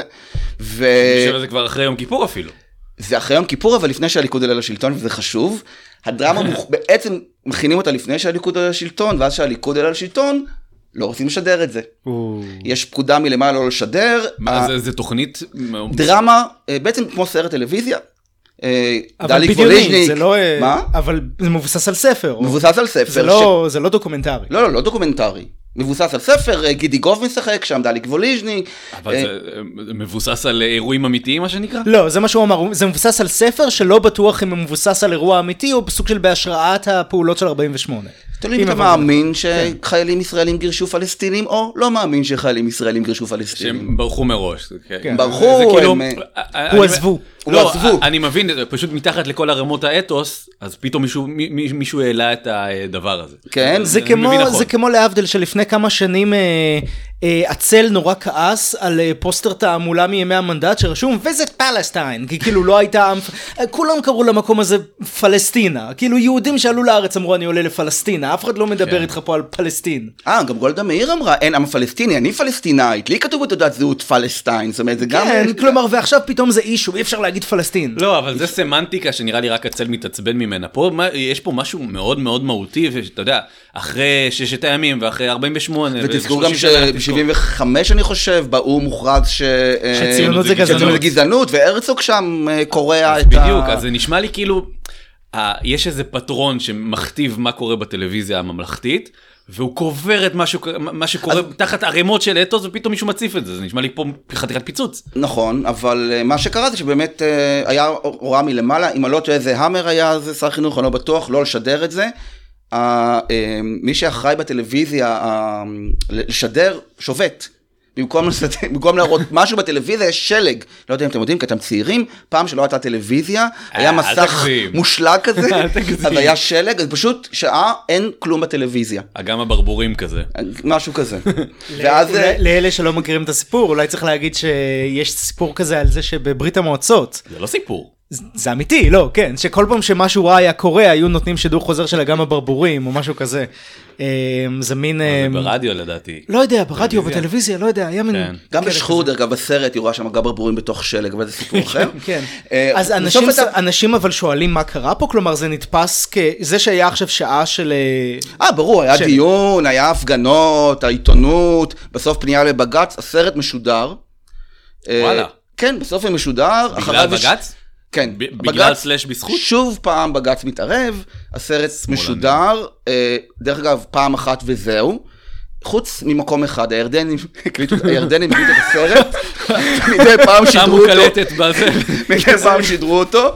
A: 77 זה כבר אחרי יום כיפור אפילו.
C: זה אחרי יום כיפור, אבל לפני שהליכוד עלה לשלטון, וזה חשוב. הדרמה בעצם מכינים אותה לפני שהליכוד עלה לשלטון, ואז שהליכוד עלה לשלטון, לא רוצים לשדר את זה. יש פקודה מלמעלה לא לשדר.
A: מה זה תוכנית?
C: דרמה, בעצם כמו סרט טלוויזיה.
B: אבל בדיוני, זה לא... אבל זה מבוסס על ספר.
C: מבוסס על ספר.
B: זה לא דוקומנטרי.
C: לא דוקומנטרי. מבוסס על ספר, גידי גוב משחק שם, דליק ווליז'ני. אבל
A: זה מבוסס על אירועים אמיתיים, מה שנקרא?
B: לא, זה מה שהוא אמר, זה מבוסס על ספר שלא בטוח אם הוא מבוסס על אירוע אמיתי, או בסוג של בהשראת הפעולות של 48.
C: תלוי אם אתה מאמין שחיילים ישראלים גירשו פלסטינים, או לא מאמין שחיילים ישראלים גירשו פלסטינים.
A: שהם ברחו מראש.
C: ברחו,
B: הוא עזבו.
A: לא, אני מבין, פשוט מתחת לכל הרמות האתוס, אז פתאום מישהו העלה את הדבר הזה.
C: כן,
B: זה כמו להבדל שלפני כמה שנים הצל נורא כעס על פוסטר תעמולה מימי המנדט שרשום ויזט פלסטיין, כי כאילו לא הייתה, כולם קראו למקום הזה פלסטינה, כאילו יהודים שעלו לארץ אמרו אני עולה לפלסטינה, אף אחד לא מדבר איתך פה על פלסטין.
C: גם גולדה מאיר אמרה, אין עם פלסטיני, אני פלסטינאית, לי כתוב בתעודת זהות פלסטיין, זאת אומרת זה גם...
B: כן, כלומר ועכשיו פתאום זה אישו, אי אפשר להגיד פלסטין.
A: לא, אבל זה סמנטיקה שנראה לי רק הצל מתעצבן ממנה, פה יש פה משהו מאוד מאוד מהותי, ואתה יודע, אחרי 6 הימים ואחרי 48
C: ותזכור גם ש75 אני חושב, באום מוכרז
B: שציונות זה
C: גזענות, והרצוג שם קורא את
A: בדיוק, אז זה נשמע לי כאילו, יש איזה פטרון שמכתיב מה קורה בטלוויזיה הממלכתית, והוא קובר את מה שקורה תחת ערימות של אתוס, ופתאום מישהו מציף את זה, זה נשמע לי פה חתיכת פיצוץ.
C: נכון, אבל מה שקרה זה שבאמת היה הוראה מלמעלה, אם לא טועה זה המר היה, זה שר חינוך, אני לא בטוח, לא לשדר את זה, מי שאחראי בטלוויזיה לשדר שובת, במקום להראות משהו בטלוויזיה יש שלג, לא יודע אם אתם יודעים כי אתם צעירים, פעם שלא הייתה טלוויזיה, היה מסך מושלג כזה, אז היה שלג, אז פשוט שעה אין כלום בטלוויזיה.
A: אגם הברבורים כזה.
C: משהו כזה.
B: לאלה שלא מכירים את הסיפור, אולי צריך להגיד שיש סיפור כזה על זה שבברית המועצות.
A: זה לא סיפור.
B: זה אמיתי, לא, כן, שכל פעם שמשהו רע היה קורה, היו נותנים שידור חוזר של אגם הברבורים, או משהו כזה. זה מין...
A: ברדיו לדעתי.
B: לא יודע, ברדיו, בטלוויזיה, לא יודע, היה מין...
C: גם בשחור, דרך אגב, בסרט, היא רואה שם אגם הברבורים בתוך שלג, אבל זה סיפור אחר.
B: כן, אז אנשים אבל שואלים מה קרה פה, כלומר זה נתפס כזה שהיה עכשיו שעה של...
C: ברור, היה דיון, היה הפגנות, העיתונות, בסוף פנייה לבגץ, הסרט משודר.
A: וואלה.
C: כן, בסוף הוא משודר.
A: בגלל בגץ?
C: כן,
A: בגלל סלש בזכות?
C: שוב פעם בגץ מתערב, הסרט משודר, דרך אגב פעם אחת וזהו, חוץ ממקום אחד, הירדנים הקליטו את הסרט, מדי פעם שידרו אותו, מדי פעם שידרו אותו,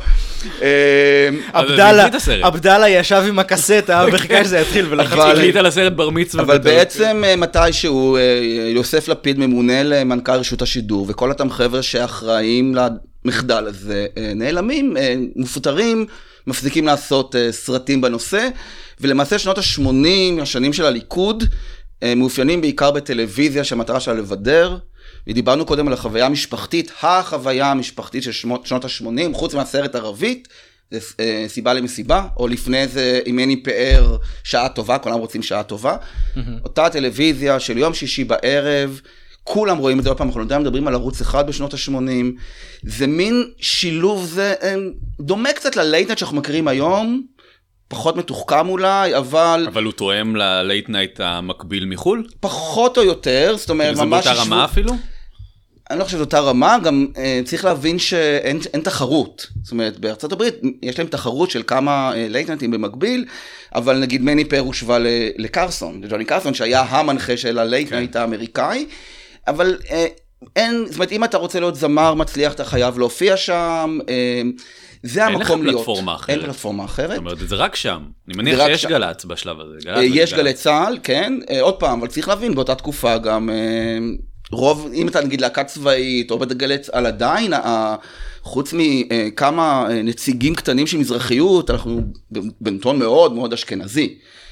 B: עבדאללה ישב עם הקסטה, וחכה שזה יתחיל ולחץ
A: הקליט על הסרט בר מצווה.
C: אבל בעצם מתישהו יוסף לפיד ממונה למנכ"ל רשות השידור, וכל אותם חבר'ה שאחראים למחדל הזה נעלמים, מפוטרים, מפסיקים לעשות סרטים בנושא, ולמעשה שנות ה-80, השנים של הליכוד, מאופיינים בעיקר בטלוויזיה שהמטרה שלה לבדר, ודיברנו קודם על החוויה המשפחתית, החוויה המשפחתית של שנות ה-80, חוץ מהסרט ערבית, זה סיבה למסיבה, או לפני זה אם אין לי פאר שעה טובה, כולם רוצים שעה טובה, אותה טלוויזיה של יום שישי בערב, כולם רואים את זה, עוד פעם אנחנו מדברים על ערוץ אחד בשנות ה-80, זה מין שילוב, זה דומה קצת ללייט שאנחנו מכירים היום, פחות מתוחכם אולי, אבל
A: הוא תואם ללייט נייט המקביל מחול?
C: פחות או יותר, זאת אומרת,
A: זה באותה רמה אפילו?
C: אני לא חושב שאותה רמה, גם צריך להבין שאין תחרות. זאת אומרת, בארצות הברית יש להם תחרות של כמה לייט נייטים במקביל, אבל נגיד מני פר הושווה לקרסון, לג'וני קרסון, שהיה המנחה של הלייט נייט האמריקאי, אבל אין, זאת אומרת, אם אתה רוצה להיות זמר מצליח, אתה חייב להופיע שם, זה המקום להיות.
A: אין לך פלטפורמה אחרת.
C: אין פלטפורמה אחרת.
A: זאת אומרת, זה רק שם. אני מניח שיש גלץ בשלב הזה.
C: יש גלי צהל, כן. עוד פעם, אבל צריך להבין, באותה תקופה גם, רוב, אם אתה נגיד להקה צבאית, או בגלי צהל עדיין, חוץ מכמה נציגים קטנים של מזרחיות, אנחנו בנטון מאוד מאוד אשכנזי.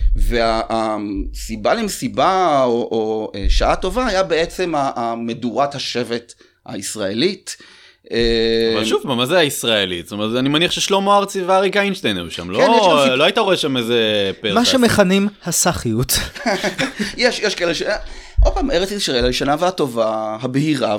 C: והסיבה למסיבה, או שעה טובה, היה בעצם המדורת השבט הישראלית,
A: אבל שוב, מה זה הישראלית? זאת אומרת, אני מניח ששלמה ארצי ואריק איינשטיין היו שם, לא היית רואה שם איזה פרס.
B: מה שמכנים הסחיות.
C: יש כאלה עוד פעם, ארץ ישראל, הישנה והטובה, הבהירה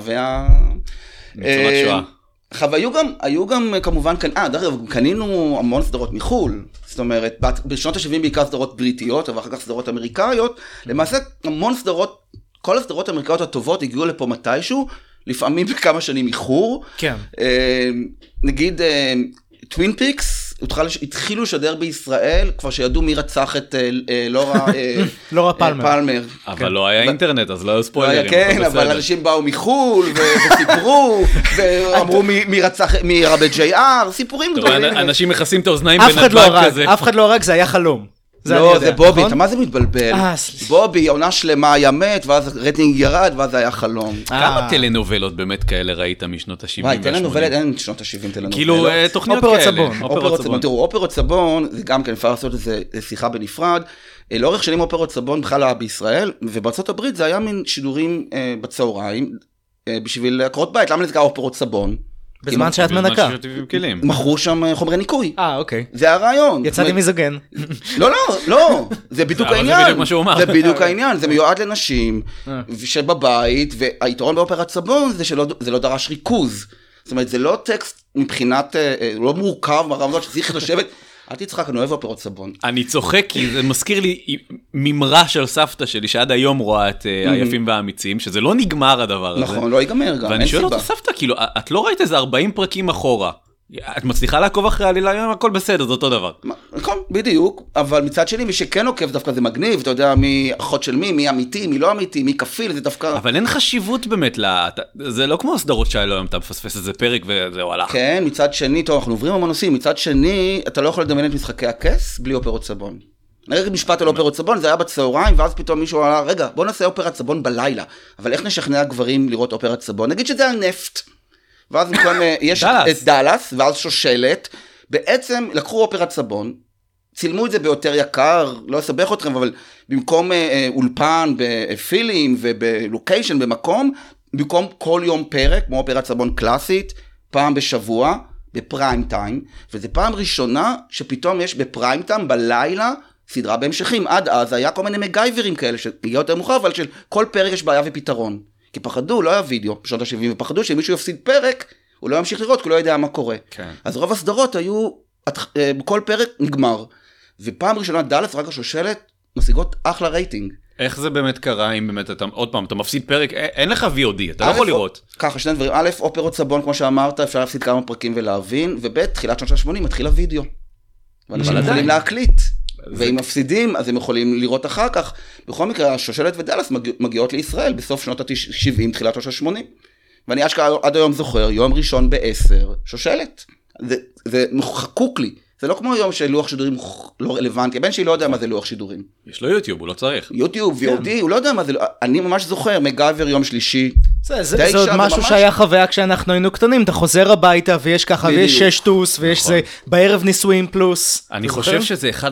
A: מצומת שואה.
C: היו גם כמובן, דרך אגב, קנינו המון סדרות מחול, זאת אומרת, בשנות ה-70 בעיקר סדרות בריטיות, ואחר כך סדרות אמריקאיות, למעשה המון סדרות, כל הסדרות האמריקאיות הטובות הגיעו לפה מתישהו, לפעמים בכמה שנים איחור.
B: כן.
C: נגיד, טווין פיקס, התחילו לשדר בישראל, כבר שידעו מי רצח את
B: לורה פלמר.
A: אבל לא היה אינטרנט, אז לא היו ספוילרים.
C: כן, אבל אנשים באו מחול, וסיפרו, ואמרו מי רע ב-JR, סיפורים גדולים.
A: אנשים מכסים את האוזניים בנדל"ן כזה.
B: אף אחד לא הרג, זה היה חלום.
C: לא, זה בובי, אתה מה זה מתבלבל? בובי, עונה שלמה היה מת, ואז רייטינג ירד, ואז זה היה חלום.
A: כמה טלנובלות באמת כאלה ראית משנות ה-70
C: וואי, טלנובלת, אין שנות ה-70 טלנובלות.
A: כאילו תוכניות כאלה.
C: אופרות סבון. תראו, אופרות סבון, זה גם כן, אפשר לעשות איזה שיחה בנפרד. לאורך שנים אופרות סבון בכלל היה בישראל, ובארצות הברית זה היה מין שידורים בצהריים, בשביל עקרות בית. למה נזכר אופרות סבון?
B: בזמן שאת מנקה.
C: מכרו שם חומרי ניקוי.
B: אוקיי.
C: זה הרעיון.
B: יצאתי מיזוגן.
C: לא, זה בדיוק העניין.
A: זה בדיוק מה שהוא אמר.
C: זה בדיוק העניין, זה מיועד לנשים שבבית, והיתרון באופרת סבון זה שזה לא דרש ריכוז. זאת אומרת, זה לא טקסט מבחינת, לא מורכב מהרעיונות שצריך לשבת. אל תצחק, אני אוהב אופרות סבון.
A: אני צוחק כי זה מזכיר לי ממרה של סבתא שלי שעד היום רואה את היפים והאמיצים, שזה לא נגמר הדבר הזה.
C: נכון, לא ייגמר גם,
A: ואני שואל אותה, סבתא, כאילו, את לא ראית איזה 40 פרקים אחורה. את מצליחה לעקוב אחרי העלילה היום, הכל בסדר, זה אותו דבר.
C: נכון, בדיוק, אבל מצד שני, מי שכן עוקב דווקא זה מגניב, אתה יודע מי אחות של מי אמיתי, מי לא אמיתי, מי כפיל, זה דווקא...
A: אבל אין חשיבות באמת, זה לא כמו הסדרות שהיה לו היום, אתה מפספס איזה פרק וזהו הלך.
C: כן, מצד שני, טוב, אנחנו עוברים המון נושאים, מצד שני, אתה לא יכול לדמיין את משחקי הכס בלי אופרות סבון. נגיד משפט על אופרות סבון, זה היה בצהריים, ואז פתאום מישהו אמר, רגע, בוא נעשה אופרת סבון בלילה, אבל איך נשכנע גברים לראות אופרת סבון? נגיד שזה הנפט. ואז יש את דלס, ואז שושלת, בעצם לקחו אופרת סבון, צילמו את זה ביותר יקר, לא אסבך אתכם, אבל במקום אולפן בפילים ובלוקיישן במקום, במקום כל יום פרק, כמו אופרת סבון קלאסית, פעם בשבוע, בפריים טיים, וזה פעם ראשונה שפתאום יש בפריים טיים בלילה, סדרה בהמשכים. עד אז היה כל מיני מגייברים כאלה, שהגיע יותר מאוחר, אבל של כל פרק יש בעיה ופתרון. כי פחדו, לא היה וידאו בשנות ה-70, ופחדו שמישהו יפסיד פרק, הוא לא ימשיך לראות, כי הוא לא יודע מה קורה. כן. אז רוב הסדרות היו, בכל פרק נגמר. ופעם ראשונה דלס, רק השושלת, משיגות אחלה רייטינג.
A: איך זה באמת קרה, אם באמת אתה, עוד פעם, אתה מפסיד פרק, אין לך VOD, אתה לא יכול לראות.
C: ככה, שני דברים. א', אופרות סבון, כמו שאמרת, אפשר להפסיד כמה פרקים ולהבין, וב', תחילת שנות ה-80, מתחיל הוידאו. ואנשים יכולים להקליט. ואם מפסידים, אז הם יכולים לראות אחר כך. בכל מקרה, השושלת ודלס מגיעות לישראל בסוף שנות ה-70, תחילת שנות ה-80. ואני אשכרה עד היום זוכר, יום ראשון ב-10, שושלת. זה חקוק לי. זה לא כמו היום שלוח שידורים לא רלוונטי. הבן שלי לא יודע מה זה לוח שידורים.
A: יש לו יוטיוב, הוא לא צריך.
C: יוטיוב, VOD, הוא לא יודע מה זה. אני ממש זוכר, מגייבר יום שלישי.
B: זה עוד משהו שהיה חוויה כשאנחנו היינו קטנים, אתה חוזר הביתה ויש ככה, ויש 6 טוס, ויש זה בערב נישואים פלוס.
A: אני חושב שזה אחד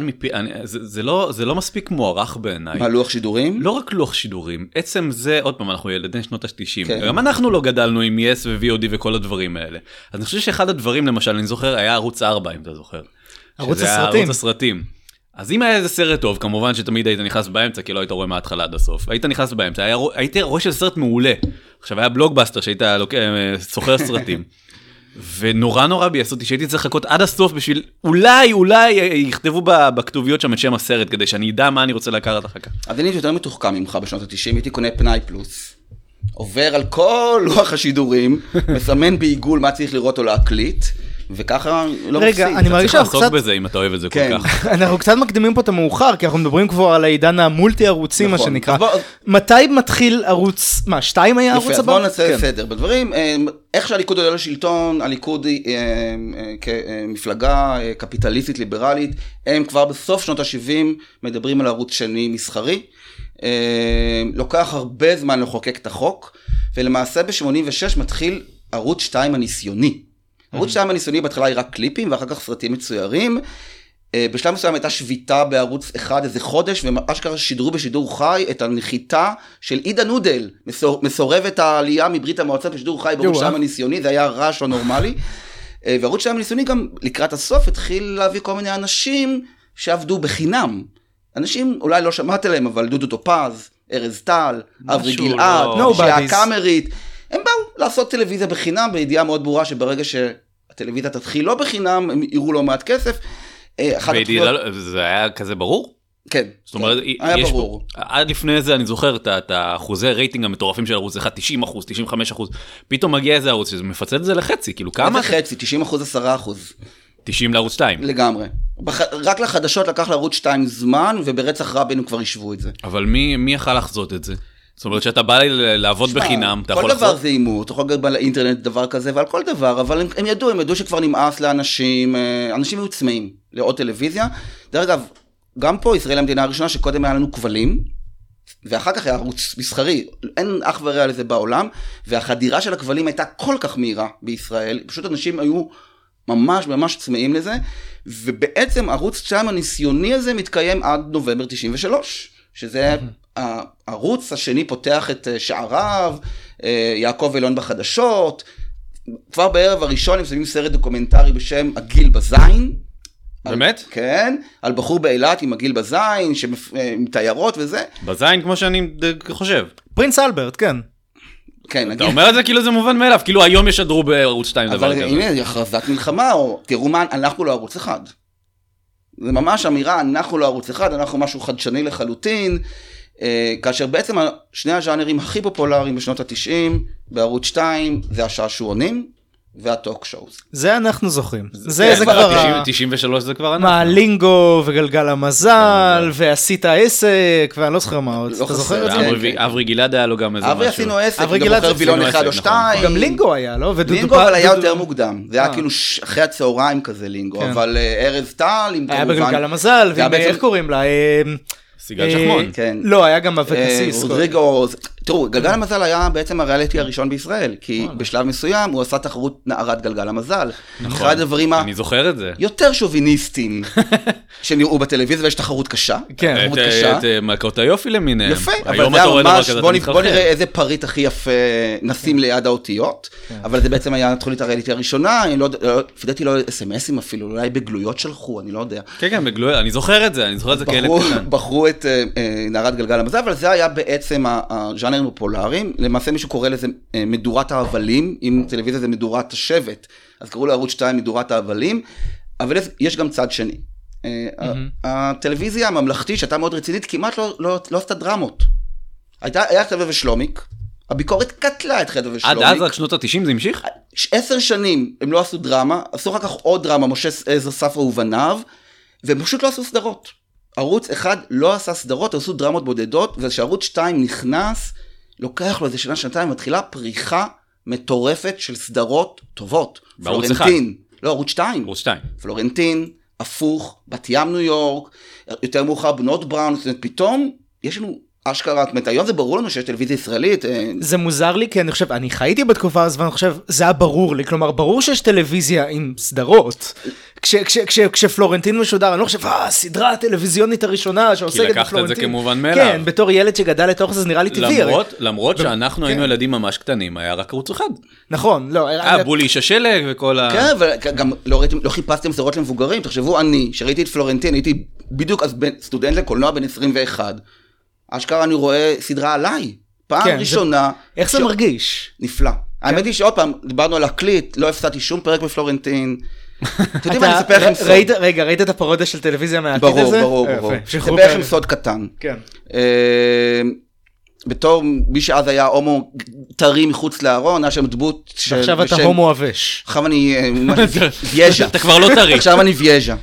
A: זה לא מספיק מוערך בעיניי.
C: מה, לוח שידורים?
A: לא רק לוח שידורים, עצם זה, עוד פעם, אנחנו ילדי שנות ה-90, גם אנחנו לא גדלנו עם YES ו-VOD וכל הדברים האלה. אז אני חושב שאחד הדברים, למשל, אני זוכר, היה ערוץ 4, אם אתה זוכר.
B: ערוץ
A: הסרטים. אז אם היה איזה סרט טוב, כמובן שתמיד היית נכנס באמצע, כי לא היית רואה מההתחלה עד הסוף. היית נכנס באמצע, היית רואה שזה סרט מעולה. עכשיו היה בלוגבאסטר שהיית סוחר סרטים. ונורא ביאס אותי שהייתי צריך לחכות עד הסוף בשביל, אולי יכתבו בכתוביות שם את שם הסרט, כדי שאני אדע מה אני רוצה לקחת אחר כך.
C: אז אני יותר מתוחכם ממך בשנות ה-90, הייתי קונה פנאי פלוס. עובר על כל לוח השידורים, מסמן בעיגול מה צריך לראות או להקליט. וככה לא מפסיד.
B: רגע, אני מרגיש שאנחנו
A: קצת... לעסוק בזה אם אתה אוהב את זה כל כך.
B: אנחנו קצת מקדימים פה את המאוחר, כי אנחנו מדברים כבר על העידן המולטי ערוצי, מה שנקרא. מתי מתחיל ערוץ, 2 היה ערוץ הבא?
C: בואו נעשה סדר בדברים. איך שהליכוד עולה לשלטון, הליכוד כמפלגה קפיטליסטית ליברלית, הם כבר בסוף שנות ה-70 מדברים על ערוץ שני מסחרי. לוקח הרבה זמן לחוקק את החוק, ולמעשה ב-86 מתחיל ערוץ 2 הניסיוני. ערוץ 2 הניסיוני בהתחלה היא רק קליפים, ואחר כך סרטים מצוירים. בשלב מסוים הייתה שביתה בערוץ 1 איזה חודש, ואשכרה שידרו בשידור חי את הנחיתה של עידה נודל, מסורבת העלייה מברית המועצות בשידור חי בערוץ 2 הניסיוני, זה היה רעש לא נורמלי. וערוץ 2 הניסיוני גם לקראת הסוף התחיל להביא כל מיני אנשים שעבדו בחינם. אנשים, אולי לא שמעת עליהם, אבל דודו טופז, ארז טל, אברי גלעד, שהקאמרית, הם באו לעשות טלוויזיה בחינם, בידיעה מאוד ברורה שברגע שהטלוויזיה תתחיל לא בחינם, הם יראו לו מעט כסף.
A: זה היה כזה ברור?
C: כן,
A: היה ברור. עד לפני זה אני זוכר את האחוזי רייטינג המטורפים של ערוץ 1, 90%, 95%, פתאום מגיע איזה ערוץ שזה מפצל את זה לחצי, כאילו כמה?
C: איזה חצי, 90%, 10%.
A: 90 לערוץ 2.
C: לגמרי. רק לחדשות לקח לערוץ 2 זמן, וברצח רבין הם כבר ישבו את זה.
A: אבל מי יכל לחזות את זה? זאת אומרת שאתה בא לעבוד בחינם, אתה יכול לחזות?
C: כל דבר זה אימור, אתה יכול לגבי לאינטרנט דבר כזה, ועל כל דבר, אבל הם ידעו שכבר נמאס לאנשים, אנשים היו צמאים לעוד טלוויזיה. דרך אגב, גם פה ישראל המדינה הראשונה שקודם היה לנו כבלים, ואחר כך היה ערוץ מסחרי, אין אח ורע לזה בעולם, והחדירה של הכבלים הייתה כל כך מהירה בישראל, פשוט אנשים היו ממש צמאים לזה, ובעצם ערוץ 2 הניסיוני הזה מתקיים עד נובמבר 93, שזה הערוץ השני פותח את שעריו, יעקב אילון בחדשות, כבר בערב הראשון הם שמים סרט דוקומנטרי בשם הגיל בזין.
A: באמת?
C: כן, על בחור באילת עם הגיל בזין, עם תיירות וזה.
A: בזין כמו שאני חושב.
B: פרינס אלברט, כן.
C: כן,
A: אתה אומר את זה כאילו זה מובן מאליו, כאילו היום ישדרו בערוץ 2 דבר כזה.
C: אבל הנה, הכרזת מלחמה, או תראו מה, אנחנו לא ערוץ אחד. זה ממש אמירה, אנחנו לא ערוץ אחד, אנחנו משהו חדשני לחלוטין, כאשר בעצם שני הז'אנרים הכי פופולריים בשנות ה-90, בערוץ 2, זה השעשועונים והטוק שואוז.
B: זה אנחנו זוכרים. זה כבר...
A: 93 זה כבר אנחנו.
B: מה, לינגו וגלגל המזל, ועשית עסק, ואני לא זוכר מה עוד. אתה זוכר את זה?
A: אברי גלעד היה לו גם איזה משהו.
C: אברי עשינו עסק, גם מוכר וילון 1 או 2.
B: גם לינגו היה, לא?
C: לינגו אבל היה יותר מוקדם. זה היה כאילו אחרי הצהריים כזה לינגו, אבל ארז טל,
B: היה בגלגל המזל, ואיך קוראים לה?
A: סיגל שחמון.
B: לא, היה גם אבקסיס.
C: רודריגו, תראו, גלגל המזל היה בעצם הריאליטי הראשון בישראל, כי בשלב מסוים הוא עשה תחרות נערת גלגל המזל. אחד הדברים
A: אני זוכר את זה.
C: יותר שוביניסטים שנראו בטלוויזיה, ויש תחרות קשה.
B: כן.
A: את מלכות היופי למיניהם.
C: יפה, אבל זה ממש, בוא נראה איזה פריט הכי יפה נשים ליד האותיות, אבל זה בעצם היה תחולית הריאליטי הראשונה, פדעתי לו אס-אמסים אפילו, אולי בגלויות שלחו, אני לא יודע.
A: כן, בגלויות, אני זוכר את זה כילד קטן.
C: בחרו את נערת גלגל המזל, אבל זה היה בעצם הז'אנרים הפופולריים, למעשה מישהו קורא לזה מדורת ההבלים, אם טלוויזיה זה מדורת השבט, אז קראו לערוץ 2 מדורת ההבלים, אבל יש גם צד שני. הטלוויזיה הממלכתית, שהייתה מאוד רצינית, כמעט לא עשתה דרמות. היה חדווה ושלומיק, הביקורת קטלה את חדווה ושלומיק.
A: עד אז, עד שנות ה-90 זה המשיך?
C: 10 שנים הם לא עשו דרמה, עשו אחר כך עוד דרמה, משה עזרא ספרא ובניו, והם פשוט לא עשו סדרות. ערוץ אחד לא עשה סדרות, עשו דרמות בודדות, ושערוץ 2 נכנס, לוקח לו איזה שנה, שנתיים, מתחילה פריחה מטורפת של סדרות טובות.
A: בערוץ אחד.
C: לא, ערוץ 2.
A: ערוץ 2.
C: פלורנטין, הפוך, בת ים ניו יורק, יותר מאוחר בנות בראון, פתאום יש לנו אשכרה, היום זה ברור לנו שיש טלוויזיה ישראלית.
B: זה מוזר לי, כי אני חושב, אני חייתי בתקופה הזו, ואני חושב, זה היה ברור לי, כלומר, ברור שיש טלוויזיה עם סדרות. כשפלורנטין משודר, אני לא חושב, הסדרה הטלוויזיונית הראשונה שעוסקת בפלורנטין.
A: כי לקחת את זה כמובן מאליו.
B: כן, בתור ילד שגדל לתוך זה, זה נראה לי טבעי.
A: למרות שאנחנו היינו ילדים ממש קטנים, היה רק ערוץ אחד.
B: נכון, לא.
A: בולי איש השלג וכל ה...
C: כן, וגם לא חיפשתם סדרות למבוגרים, תחשבו אני, שראיתי את פלורנטין, הייתי בדיוק אז סטודנט לקולנוע בן 21, אשכרה אני רואה סדרה עליי, פעם ראשונה.
B: איך זה מרגיש?
C: נפלא. האמת היא שעוד פעם, דיברנו על הקליט, לא הפסדתי שום פרק בפלורנטין. אתה יודעים מה, אני אספר לכם סוד.
B: רגע, ראית את הפרודיה של טלוויזיה מהעתיד הזה?
C: ברור. אספר לכם סוד קטן.
B: כן.
C: בתור מי שאז היה הומו טרי מחוץ לארון, היה שם דמות
B: ועכשיו אתה הומו אבש.
C: עכשיו אני וייז'ה.
A: אתה כבר לא טרי.
C: עכשיו אני וייז'ה.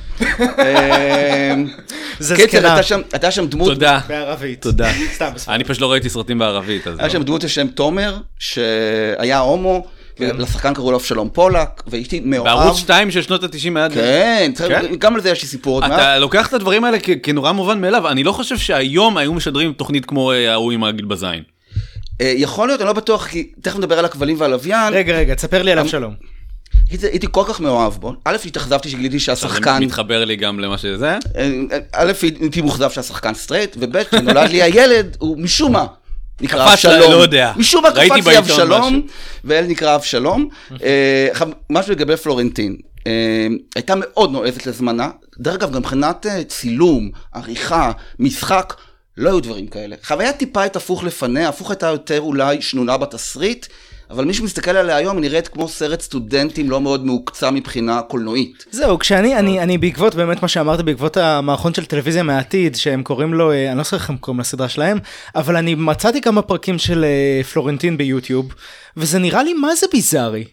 B: זה זקנה.
C: הייתה שם דמות...
A: תודה.
B: בערבית.
A: תודה. אני פשוט לא ראיתי סרטים בערבית.
C: היה שם דמות בשם תומר, שהיה הומו, ולשחקן קראו לו אבשלום פולק, והייתי מאוהב.
A: בערוץ 2 של שנות ה-90 היה...
C: כן, גם על זה יש לי סיפור.
A: אתה לוקח את הדברים האלה כנורא מובן מאליו, אני לא חושב שהיום היו משדרים תוכנית כמו ההוא עם הגיל בזין.
C: יכול להיות, אני לא בטוח, כי תכף נדבר על הכבלים והלוויין.
B: רגע, תספר לי על אבשלום.
C: הייתי כל כך מאוהב בו. א', התאכזבתי שגיליתי שהשחקן...
A: זה מתחבר לי גם למה שזה.
C: א', הייתי מוכזב שהשחקן סטרייט, וב', נולד לי הילד, הוא משום מה. נקרא
A: אבשלום. לא יודע.
C: משום מה קפץ לי אבשלום, ואל נקרא אבשלום. משהו לגבי פלורנטין. הייתה מאוד נועזת לזמנה. דרך אגב, גם מבחינת צילום, עריכה, משחק, לא היו דברים כאלה. חוויה טיפה את הפוך לפניה, הפוך הייתה יותר אולי שנונה בתסריט, אבל מי שמסתכל עליה היום, היא נראית כמו סרט סטודנטים לא מאוד מעוקצה מבחינה קולנועית.
B: זהו, אני בעקבות באמת מה שאמרת, בעקבות המערכון של טלוויזיה מהעתיד, שהם קוראים לו, אני לא זוכר איך הם קוראים לסדרה שלהם, אבל אני מצאתי כמה פרקים של פלורנטין ביוטיוב, וזה נראה לי מה זה ביזארי.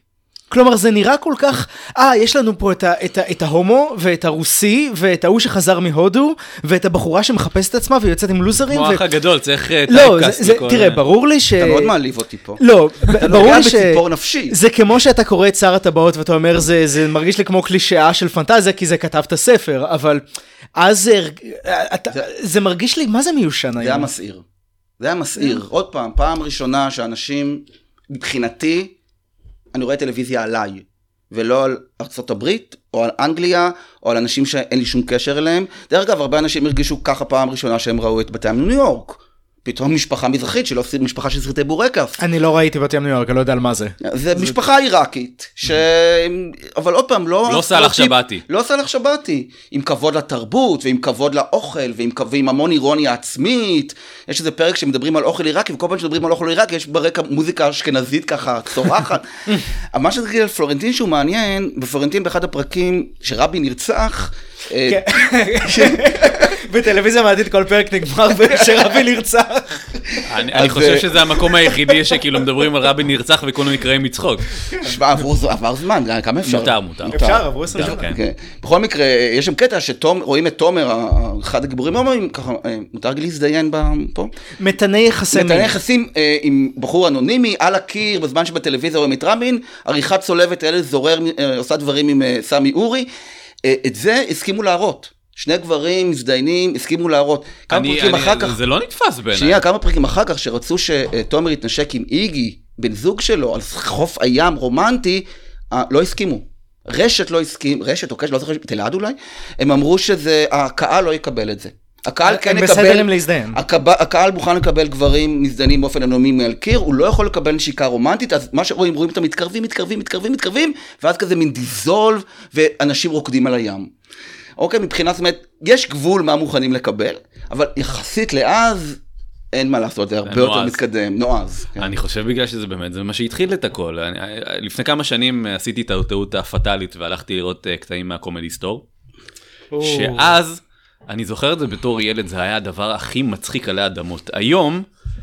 B: כלומר, זה נראה כל כך, יש לנו פה את ההומו, ואת הרוסי, ואת ההוא שחזר מהודו, ואת הבחורה שמחפשת עצמה, ויוצאת עם לוזרים.
A: כמו האח הגדול, צריך
B: טייפקאסט. תראה, ברור לי ש...
C: אתה מאוד מעליב אותי פה.
B: לא, ברור לי ש...
C: בציפור נפשי.
B: זה כמו שאתה קורא את שר הטבעות, ואתה אומר, זה מרגיש לי כמו קלישאה של פנטזיה, כי זה כתבת ספר, אבל אז זה מרגיש לי, מה זה מיושן היום?
C: זה היה מסעיר. זה היה מסעיר. עוד פעם ראשונה שאנשים, מבחינתי, אני רואה טלוויזיה עליי, ולא על ארצות הברית, או על אנגליה, או על אנשים שאין לי שום קשר אליהם. דרך אגב, הרבה אנשים הרגישו ככה פעם ראשונה שהם ראו את בת ים ניו יורק. פתאום משפחה מזרחית, שלא משפחה של סרטי בורקס.
B: אני לא ראיתי בת ים ניו יורק, אני לא יודע על מה זה.
C: זה משפחה עיראקית, אבל עוד פעם,
A: לא סלח שבתי.
C: לא סלח שבתי, עם כבוד לתרבות, ועם כבוד לאוכל, ועם המון אירוניה עצמית. יש איזה פרק שמדברים על אוכל עיראקי, וכל פעם שמדברים על אוכל עיראקי, יש ברקע מוזיקה אשכנזית ככה, צורחת. מה שזה על פלורנטין שהוא מעניין, בפלורנטין באחד הפרקים שרבין נרצח,
B: בטלוויזיה מעדית כל פרק נגמר שרבין נרצח.
A: אני חושב שזה המקום היחידי שכאילו מדברים על רבין נרצח וכולנו נקראים מצחוק.
C: שמע, עבר זמן, כמה אפשר?
A: מותר.
B: אפשר, עברו 20 שנה.
C: בכל מקרה, יש שם קטע שרואים את תומר, אחד הגיבורים, אומרים ככה, מותר להזדיין פה?
B: מתני יחסים.
C: מתני יחסים עם בחור אנונימי, על הקיר, בזמן שבטלוויזיה רואים את רבין, עריכת צולבת, אלה זורר, עושה דברים עם סמי אורי, את זה הסכימו להראות. שני גברים מזדיינים, הסכימו להראות. כמה פרקים אחר כך...
A: זה לא נתפס בעיניי.
C: שנייה, כמה פרקים אחר כך שרצו שתומר יתנשק עם איגי, בן זוג שלו, על חוף הים רומנטי, לא הסכימו. רשת לא הסכים, רשת או קשת, לא זוכר, תלעד אולי, הם אמרו שהקהל לא יקבל את זה. הקהל כן יקבל...
B: בסדר עם להזדיין.
C: הקהל מוכן לקבל גברים מזדיינים באופן אנונימי על קיר, הוא לא יכול לקבל נשיקה רומנטית, אז מה שרואים, רואים אותם מתקרבים, ואז כזה מין דיזולב, ואנשים רוקדים על הים. אוקיי, מבחינת, זאת אומרת, יש גבול מה מוכנים לקבל, אבל יחסית לאז, אין מה לעשות, זה הרבה יותר מתקדם, נועז.
A: אני חושב בגלל שזה באמת, זה מה שהתחיל את הכל. לפני כמה שנים עשיתי את הטעות הפטלית, והלכתי לראות קטעים מהקומדי סטור, שאז, אני זוכר את זה בתור ילד, זה היה הדבר הכי מצחיק עלי אדמות. היום,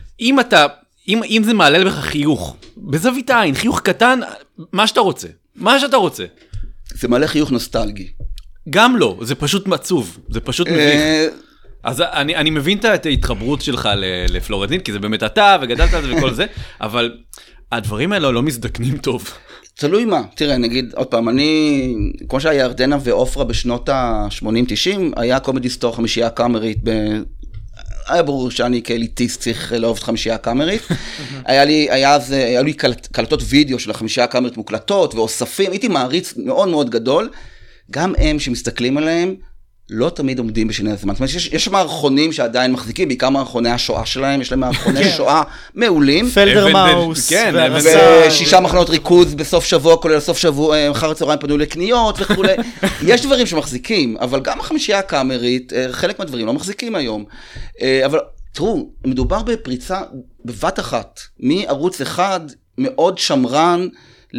A: אם זה מעלה לך חיוך, בזווית העין, חיוך קטן, מה שאתה רוצה.
C: זה מעלה חיוך נוסטלגי.
A: גם לא, זה פשוט מעצוב, זה פשוט מביך. אז אני מבין את ההתחברות שלך לפלורנטין, כי זה באמת אתה וגדלת על זה וכל זה, אבל הדברים האלה לא מזדקנים טוב.
C: תלוי מה, תראה, נגיד, עוד פעם, כמו שהיה ירדנה ואופרה בשנות ה-80-90, היה קומדי סטור חמישייה קאמרית, היה ברור שאני כאליטיסט צריך לאהוב את חמישייה קאמרית, היה לי קלטות וידאו של החמישייה קאמרית מוקלטות ואוספים, הייתי מעריץ מאוד מאוד גדול, גם הם שמסתכלים עליהם, לא תמיד עומדים בשני הזמן. זאת אומרת, יש מערכונים שעדיין מחזיקים, בעיקר מערכוני השואה שלהם, יש להם מערכוני שואה מעולים.
B: פלדרמאוס.
C: ושישה מחנות ריכוז בסוף שבוע, כולל סוף שבוע, אחר הצהריים פנו לקניות וכו'. יש דברים שמחזיקים, אבל גם החמישייה הקאמרית, חלק מהדברים לא מחזיקים היום. אבל תראו, מדובר בפריצה בבת אחת, מערוץ אחד מאוד שמרן,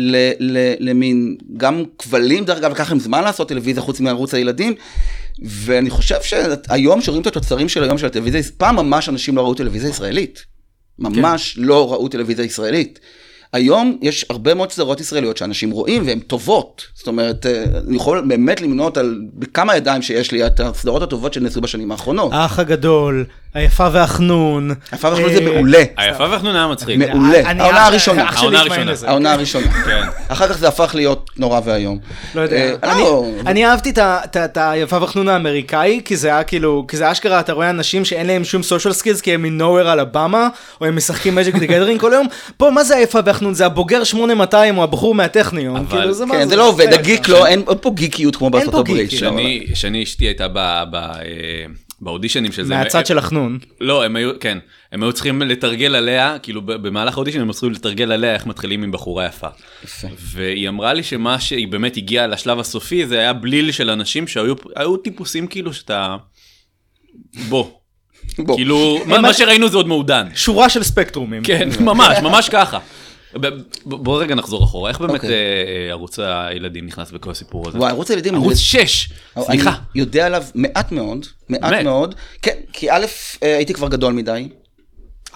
C: למין, גם כבלים דרך אגב, וכך עם זמן לעשות טלוויזיה חוץ מערוץ הילדים, ואני חושב שהיום שרואים את התוצרים של היום של הטלוויזיה, פעם ממש אנשים לא ראו טלוויזיה ישראלית, ממש לא ראו טלוויזיה ישראלית. היום יש הרבה מאוד סדרות ישראליות שאנשים רואים והן טובות, זאת אומרת, אני יכול באמת למנות על בכמה ידיים שיש לי את הסדרות הטובות שנעשו בשנים האחרונות.
B: האח הגדול, היפה והחנון.
C: היפה והחנון זה מעולה.
A: היפה והחנון היה מצחיק.
C: מעולה. העונה הראשונה.
A: העונה
C: הראשונה. אחר כך זה הפך להיות נורא והיום.
B: לא יודע. אני אהבתי את היפה והחנון האמריקאי, כי זה היה כאילו, כי זה אשכרה, אתה רואה אנשים שאין להם שום סושיאל סקילס, כי הם מנוהוור על הבמה, או הם משחקים מג'יק דה גדרינג כל היום. פה, מה זה היפה והחנון? זה הבוגר 8200 או הבחור מהטכניון.
C: כן, זה לא עובד. הגיק לא, אין פה גיקיות כמו בארצות הברית.
A: שני אשתי הייתה באודישנים של זה.
B: מהצד של החנון.
A: לא, הם היו צריכים לתרגל עליה, כאילו במהלך האודישנים הם צריכים לתרגל עליה איך מתחילים עם בחורה יפה. והיא אמרה לי שמה שהיא באמת הגיעה לשלב הסופי, זה היה בליל של אנשים שהיו טיפוסים כאילו שאתה... בוא. כאילו, מה שראינו זה עוד מעודן.
B: שורה של ספקטרומים.
A: כן, ממש ככה. בוא רגע נחזור אחורה, איך באמת ערוץ הילדים נכנס בכל הסיפור הזה?
C: ערוץ הילדים...
A: ערוץ 6, סליחה.
C: אני יודע עליו מעט מאוד, כן, כי א', הייתי כבר גדול מדי.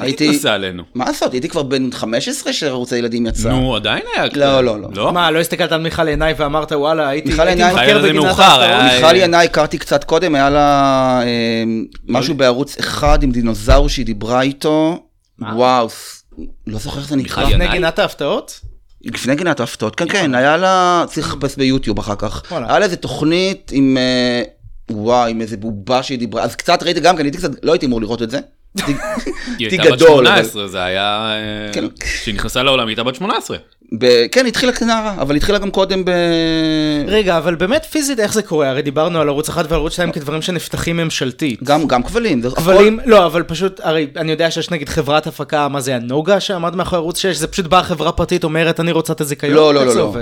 A: אל תתנסה עלינו.
C: מה לעשות? הייתי כבר בן 15 שערוץ הילדים יצא.
A: נו, עדיין היה.
C: לא.
B: מה, לא הסתכלת על מיכל ינאי ואמרת, וואלה, הייתי
C: מבקר
B: בגינת ההפתעות.
C: מיכל ינאי הכרתי קצת קודם, היה לה משהו בערוץ אחד עם דינוזאור שהיא דיברה איתו. וואו, לא זוכר איך זה נקרא.
B: לפני גינת ההפתעות?
C: לפני גינת ההפתעות, כן, היה לה, צריך לחפש ביוטיוב אחר כך. היה לה איזה תוכנית עם, וואו, עם איזה בובה שהיא דיברה, אז קצת ראיתי גם, כי לא הייתי אמור לראות את זה.
A: היא הייתה בת 18, זה היה, שהיא נכנסה לעולם, היא הייתה בת 18.
C: כן, התחילה כנערה, אבל התחילה גם קודם
B: רגע, אבל באמת פיזית איך זה קורה? הרי דיברנו על ערוץ 1 ועל ערוץ 2 כדברים שנפתחים ממשלתית.
C: גם כבלים.
B: כבלים, לא, אבל פשוט, הרי אני יודע שיש נגיד חברת הפקה, מה זה, הנוגה שעמד מאחורי ערוץ 6, זה פשוט באה חברה פרטית, אומרת, אני רוצה את הזיכיון.
C: לא,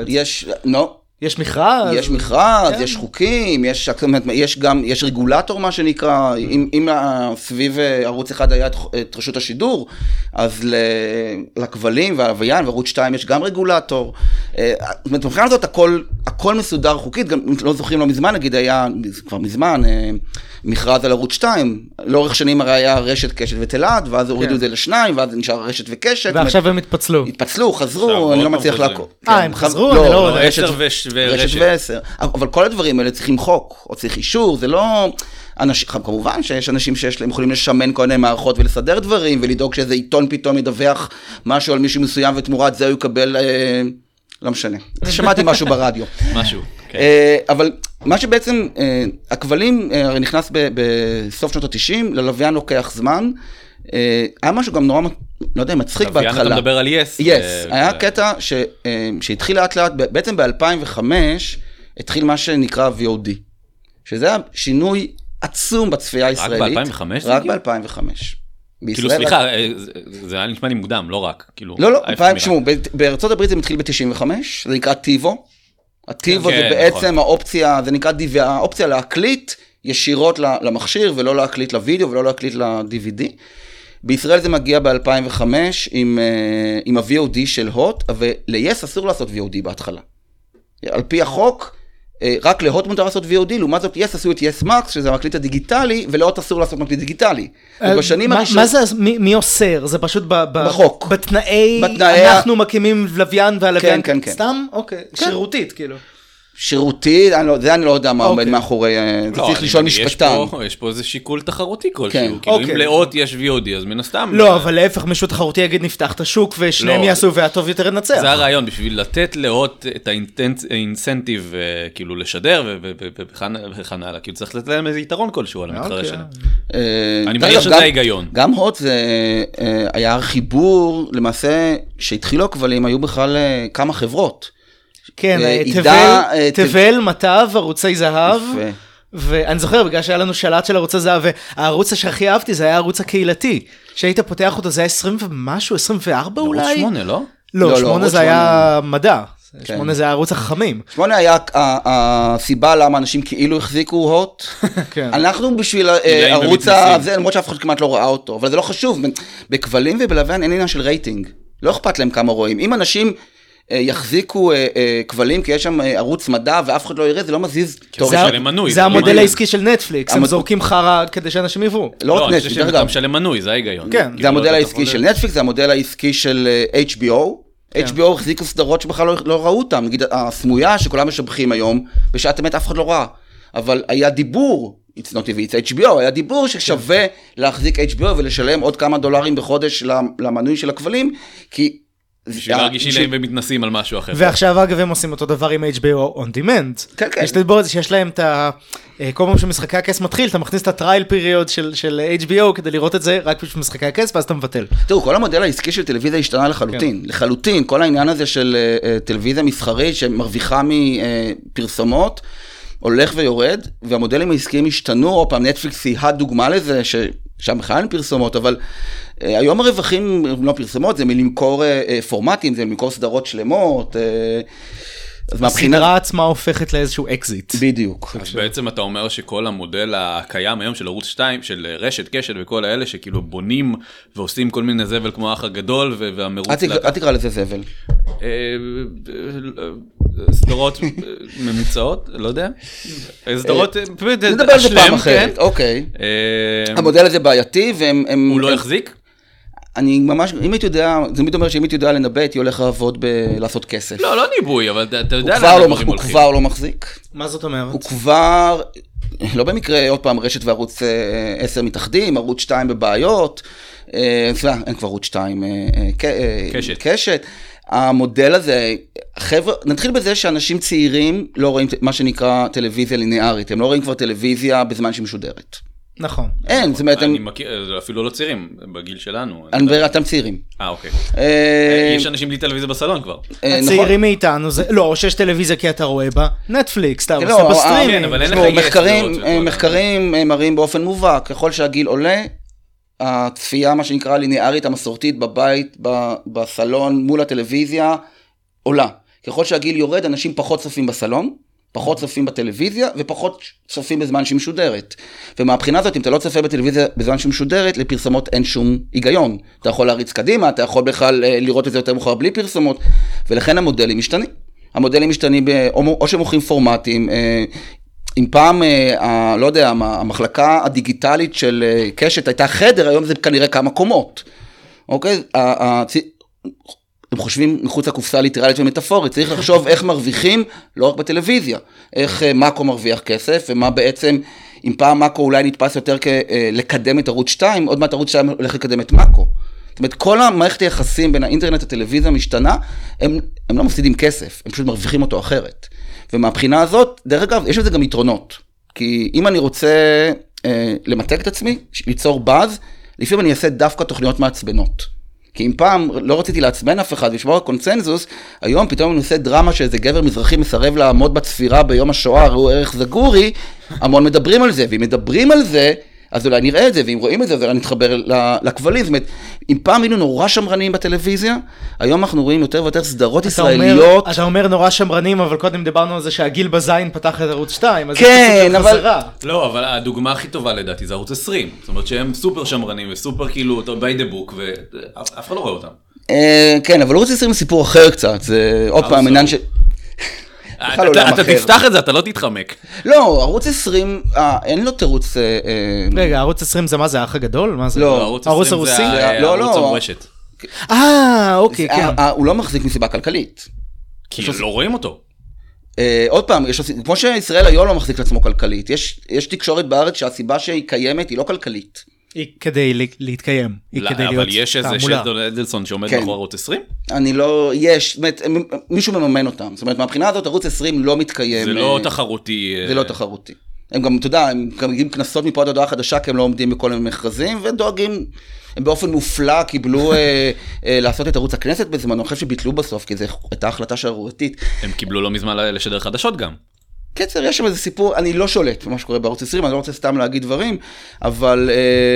B: יש מכרז?
C: יש מכרז, יש חוקים, יש רגולטור מה שנקרא, אם סביב ערוץ אחד היה את רשות השידור, אז לכבלים והלוויין וערוץ 2 יש גם רגולטור. מבחינה הזאת הכל מסודר חוקית, גם לא זוכרים לא מזמן, נגיד היה כבר מזמן, מכרז על ערוץ 2, לאורך שנים הרי היה רשת קשת ותלעד, ואז הורידו את זה לשניים, ואז נשאר רשת וקשת.
B: ועכשיו הם התפצלו,
C: חזרו, אני לא מצליח לעקוב.
B: הם חזרו? לא,
A: רשת
C: ו10. אבל כל הדברים האלה צריכים חוק, או צריך אישור, זה לא... כמובן שיש אנשים שהם יכולים לשמן כל מיני מערכות ולסדר דברים, ולדאוג שאיזה עיתון פתאום ידווח משהו על מישהו מסוים, ותמורת זה הוא יקבל... לא משנה. שמעתי משהו ברדיו.
A: משהו.
C: אבל מה שבעצם, הכבלים הרי נכנס בסוף שנות ה-90, ללוויין לוקח זמן, היה משהו גם נורא, לא יודע, מצחיק בהתחלה.
A: לוויין אתה מדבר על יס.
C: היה קטע שהתחיל לאט לאט, בעצם ב-2005, התחיל מה שנקרא VOD, שזה היה שינוי עצום בצפייה הישראלית.
A: רק ב-2005?
C: רק ב-2005.
A: כאילו סליחה, זה היה נשמע לי מוקדם, לא רק.
C: לא, תשמעו, בארצות הברית זה מתחיל ב-95, זה נקרא טיבו. הטיבו זה בעצם האופציה, זה נקרא האופציה להקליט ישירות למכשיר, ולא להקליט לוידאו, ולא להקליט ל-DVD. בישראל זה מגיע ב-2005 עם ה-VOD של הוט, ול-yes אסור לעשות VOD בהתחלה. על פי החוק, רק להוט מותר לעשות VOD, לעומת זאת yes עשו את yes max, שזה המקליט הדיגיטלי, ולהוט אסור לעשות מקליט דיגיטלי.
B: מה זה, מי אוסר? זה פשוט
C: בחוק.
B: בתנאי, אנחנו מקימים לוויין והלוויין, סתם? אוקיי, שירותית כאילו.
C: שירותי, זה אני לא יודע מה עומד מאחורי, זה צריך לשאול משפטן.
A: יש פה איזה שיקול תחרותי כלשהו, כאילו אם לאות יש VOD, אז מן הסתם.
B: לא, אבל להפך, מישהו תחרותי יגיד נפתח את השוק, ושניהם יעשו והטוב יותר ינצח.
A: זה הרעיון, בשביל לתת לאות את האינסנטיב, כאילו לשדר, וכן הלאה, כאילו צריך לתת להם איזה יתרון כלשהו על המתחרה שלהם. אני מניח שזה ההיגיון.
C: גם הוט זה היה חיבור, למעשה, שהתחילו הכבלים, היו בכלל כמה חברות.
B: כן, תבל, מטב, ערוצי זהב, ואני זוכר, בגלל שהיה לנו שלט של ערוצי זהב, והערוץ שהכי אהבתי זה היה הערוץ הקהילתי, שהיית פותח אותו, זה היה 20 ומשהו, 24 אולי?
A: ערוץ 8, לא?
B: לא, 8 זה היה מדע, 8 זה היה ערוץ החכמים.
C: 8 היה הסיבה למה אנשים כאילו החזיקו הוט, אנחנו בשביל הערוץ הזה, למרות שאף אחד כמעט לא ראה אותו, אבל זה לא חשוב, בכבלים ובלוויין אין עניין של רייטינג, לא אכפת להם כמה רואים, אם אנשים יחזיקו כבלים, כי יש שם ערוץ מדע ואף אחד לא יראה, זה לא מזיז.
B: זה המודל העסקי של נטפליקס, הם זורקים חרה כדי שאנשים יבראו.
A: לא רק נטפליקס, אתה משלם מנוי, זה ההיגיון.
C: זה המודל העסקי של נטפליקס, זה המודל העסקי של HBO. HBO החזיקו סדרות שבכלל לא ראו אותם, נגיד הסמויה שכולם משבחים היום, בשעת אמת אף אחד לא ראה. אבל היה דיבור, it's not TV, it's HBO, היה דיבור ששווה להחזיק HBO ולשלם עוד כמה דולרים בחודש למנוי של הכבלים, כי
A: בשביל להרגיש להם ומתנסים על משהו אחר.
B: ועכשיו אגב הם עושים אותו דבר עם HBO on demand.
C: כן, כן.
B: יש לדבור את זה שיש להם את ה... כל פעם שמשחקי הכס מתחיל, אתה מכניס את הטרייל פיריוד של HBO כדי לראות את זה רק בשביל משחקי הכס, ואז אתה מבטל.
C: תראו, כל המודל העסקי של טלוויזיה השתנה לחלוטין. לחלוטין, כל העניין הזה של טלוויזיה מסחרית שמרוויחה מפרסומות, הולך ויורד, והמודלים העסקיים השתנו, או פעם נטפליקס היא הדוגמה לזה, שם בכלל אין פרסומות, אבל היום הרווחים לא פרסומות, זה מלמכור פורמטים, זה מלמכור סדרות שלמות.
B: הסדרה עצמה הופכת לאיזשהו אקזיט.
C: בדיוק.
A: אז בעצם אתה אומר שכל המודל הקיים היום של ערוץ 2, של רשת, קשת וכל האלה, שכאילו בונים ועושים כל מיני זבל כמו האח הגדול, והמרוץ...
C: אל תקרא לזה זבל.
A: סדרות ממוצעות, לא יודע. סדרות...
C: נדבר על זה פעם אחרת, אוקיי. המודל הזה בעייתי, והם...
A: הוא לא יחזיק?
C: אני ממש, אם הייתי יודע, זה תמיד אומר שאם הייתי יודע לנבא, הייתי הולך לעבוד לעשות כסף.
A: לא ניבוי, אבל אתה יודע
C: הוא כבר לא מחזיק.
B: מה זאת אומרת?
C: הוא כבר, לא במקרה, עוד פעם, רשת וערוץ 10 מתאחדים, ערוץ 2 בבעיות, אין כבר ערוץ 2, קשת. המודל הזה, חבר'ה, נתחיל בזה שאנשים צעירים לא רואים מה שנקרא טלוויזיה ליניארית, הם לא רואים כבר טלוויזיה בזמן שהיא משודרת.
B: נכון.
C: אין, זאת אומרת,
A: אני מכיר, אפילו לא צעירים, בגיל שלנו.
C: אתם צעירים.
A: אוקיי. יש אנשים בלי טלוויזיה בסלון כבר.
B: הצעירים מאיתנו, לא, או שיש טלוויזיה כי אתה רואה בה, נטפליקס, אתה עושה בסטרימינג.
C: מחקרים מראים באופן מובהק, ככל שהגיל עולה, הצפייה, מה שנקרא ליניארית המסורתית בבית, בסלון, מול הטלוויזיה, עולה. ככל שהגיל יורד, אנשים פחות צופים בסלון, פחות צופים בטלוויזיה, ופחות צופים בזמן שהיא משודרת. ומהבחינה הזאת, אם אתה לא צופה בטלוויזיה בזמן שהיא משודרת, לפרסומות אין שום היגיון. אתה יכול להריץ קדימה, אתה יכול בכלל לראות את זה יותר מאוחר בלי פרסומות, ולכן המודלים משתנים. המודלים משתנים, או שמוכרים פורמטים, אם פעם, לא יודע, המחלקה הדיגיטלית של קשת הייתה חדר, היום זה כנראה כמה קומות. אוקיי? הם חושבים מחוץ לקופסה ליטרלית ומטאפורית, צריך לחשוב איך מרוויחים, לא רק בטלוויזיה, איך מאקו מרוויח כסף, ומה בעצם, אם פעם מאקו אולי נתפס יותר לקדם את ערוץ 2, עוד מעט ערוץ 2 הולך לקדם את מאקו. זאת אומרת, כל המערכת היחסים בין האינטרנט לטלוויזיה משתנה, הם לא מפסידים כסף, הם פשוט מרוויחים אותו אחרת. ומהבחינה הזאת, דרך אגב, יש לזה גם יתרונות, כי אם אני רוצה למתק את עצמי, ליצור באז, לפעמים אני אעשה דווקא תוכניות מעצבנות. כי אם פעם לא רציתי לעצבן אף אחד ולשמור על קונצנזוס, היום פתאום אני עושה דרמה שאיזה גבר מזרחי מסרב לעמוד בצפירה ביום השואה, ראו ערך זגורי, המון מדברים על זה, ואם מדברים על זה, אז אולי נראה את זה, ואם רואים את זה, אז אולי נתחבר לכבלים. זאת אומרת, אם פעם היינו נורא שמרנים בטלוויזיה, היום אנחנו רואים יותר ויותר סדרות ישראליות.
B: אתה אומר נורא שמרנים, אבל קודם דיברנו על זה שהגיל בזין פתח את ערוץ 2, אז
C: כן, אבל...
A: לא, אבל הדוגמה הכי טובה לדעתי זה ערוץ 20. זאת אומרת שהם סופר שמרנים וסופר כאילו by the book, ואף אחד לא רואה אותם.
C: כן, אבל ערוץ 20 זה סיפור אחר קצת, זה עוד פעם עניין ש...
A: אתה תפתח את זה, אתה לא תתחמק.
C: לא, ערוץ 20, אין לו תירוץ...
B: רגע, ערוץ 20 זה מה, זה האח הגדול? מה זה?
C: לא,
A: ערוץ הרוסי? זה ערוץ המורשת.
B: אוקיי, כן.
C: הוא לא מחזיק מסיבה כלכלית.
A: כי לא רואים אותו.
C: עוד פעם, כמו שישראל היום לא מחזיק לעצמו כלכלית, יש תקשורת בארץ שהסיבה שהיא קיימת היא לא כלכלית.
B: היא כדי להתקיים, היא כדי להיות תעמולה.
A: אבל יש איזה שלדון אדלסון שעומד מאחורי ערוץ 20?
C: אני לא, יש, זאת אומרת, מישהו מממן אותם. זאת אומרת, מהבחינה הזאת ערוץ 20 לא מתקיים.
A: זה לא תחרותי.
C: זה לא תחרותי. הם גם, אתה יודע, הם גם מגיעים כנסות מפה עד הודעה חדשה, כי הם לא עומדים בכל מיני מכרזים, ודואגים, הם באופן מופלא קיבלו לעשות את ערוץ הכנסת בזמן, אני חושב שביטלו בסוף, כי זו הייתה החלטה שערורייתית.
A: הם קיבלו לא מזמן לשדר חדשות גם.
C: קצר, יש שם איזה סיפור, אני לא שולט במה שקורה בערוץ 20, אני לא רוצה סתם להגיד דברים, אבל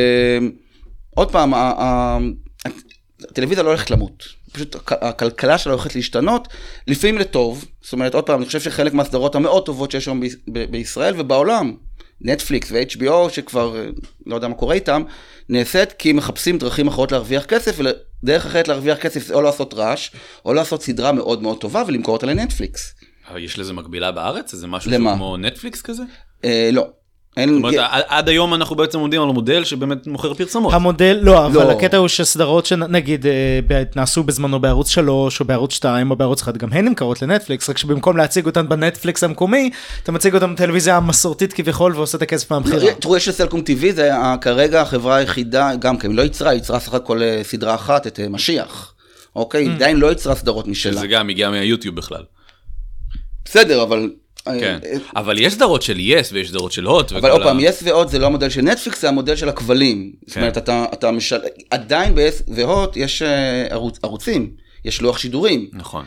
C: עוד פעם, הטלוויזיה לא הולכת למות, פשוט הכלכלה שלה הולכת להשתנות, לפעמים לטוב, זאת אומרת, עוד פעם, אני חושב שחלק מהסדרות המאוד טובות שיש שם בישראל ובעולם, נטפליקס ו-HBO, שכבר לא יודע מה קורה איתם, נעשית כי מחפשים דרכים אחרות להרוויח כסף, ודרך אחרת להרוויח כסף זה או לעשות רעש, או לעשות סדרה מאוד מאוד טובה ולמכור אותה לנטפליקס.
A: יש לזה מקבילה בארץ? איזה משהו כמו נטפליקס כזה?
C: לא.
A: זאת אומרת, עד היום אנחנו בעצם עומדים על המודל שבאמת מוכר פרסומות.
B: המודל, לא, אבל הקטע הוא שסדרות שנגיד נעשו בזמנו בערוץ 3 או בערוץ 2 או בערוץ 1, גם הן נמכרות לנטפליקס, רק שבמקום להציג אותן בנטפליקס המקומי, אתה מציג אותן בטלוויזיה המסורתית כביכול ועושה את הכסף מהמחירה.
C: תראו, יש לסלקום TV, זה כרגע החברה היחידה, גם כן, לא יצרה סך הכל סדרה אחת, את משיח. אוקיי, עדיין לא יצרה סדרות משלה.
A: שזה גם הגיע מהיוטיוב בכלל.
C: בסדר, אבל...
A: כן, אבל יש סדרות של יס ויש סדרות של הוט.
C: אבל עוד פעם, יס והוט זה לא המודל של נטפליקס, זה המודל של הכבלים. זאת אומרת, אתה עדיין ביס והוט יש ערוצים, יש לוח שידורים.
A: נכון.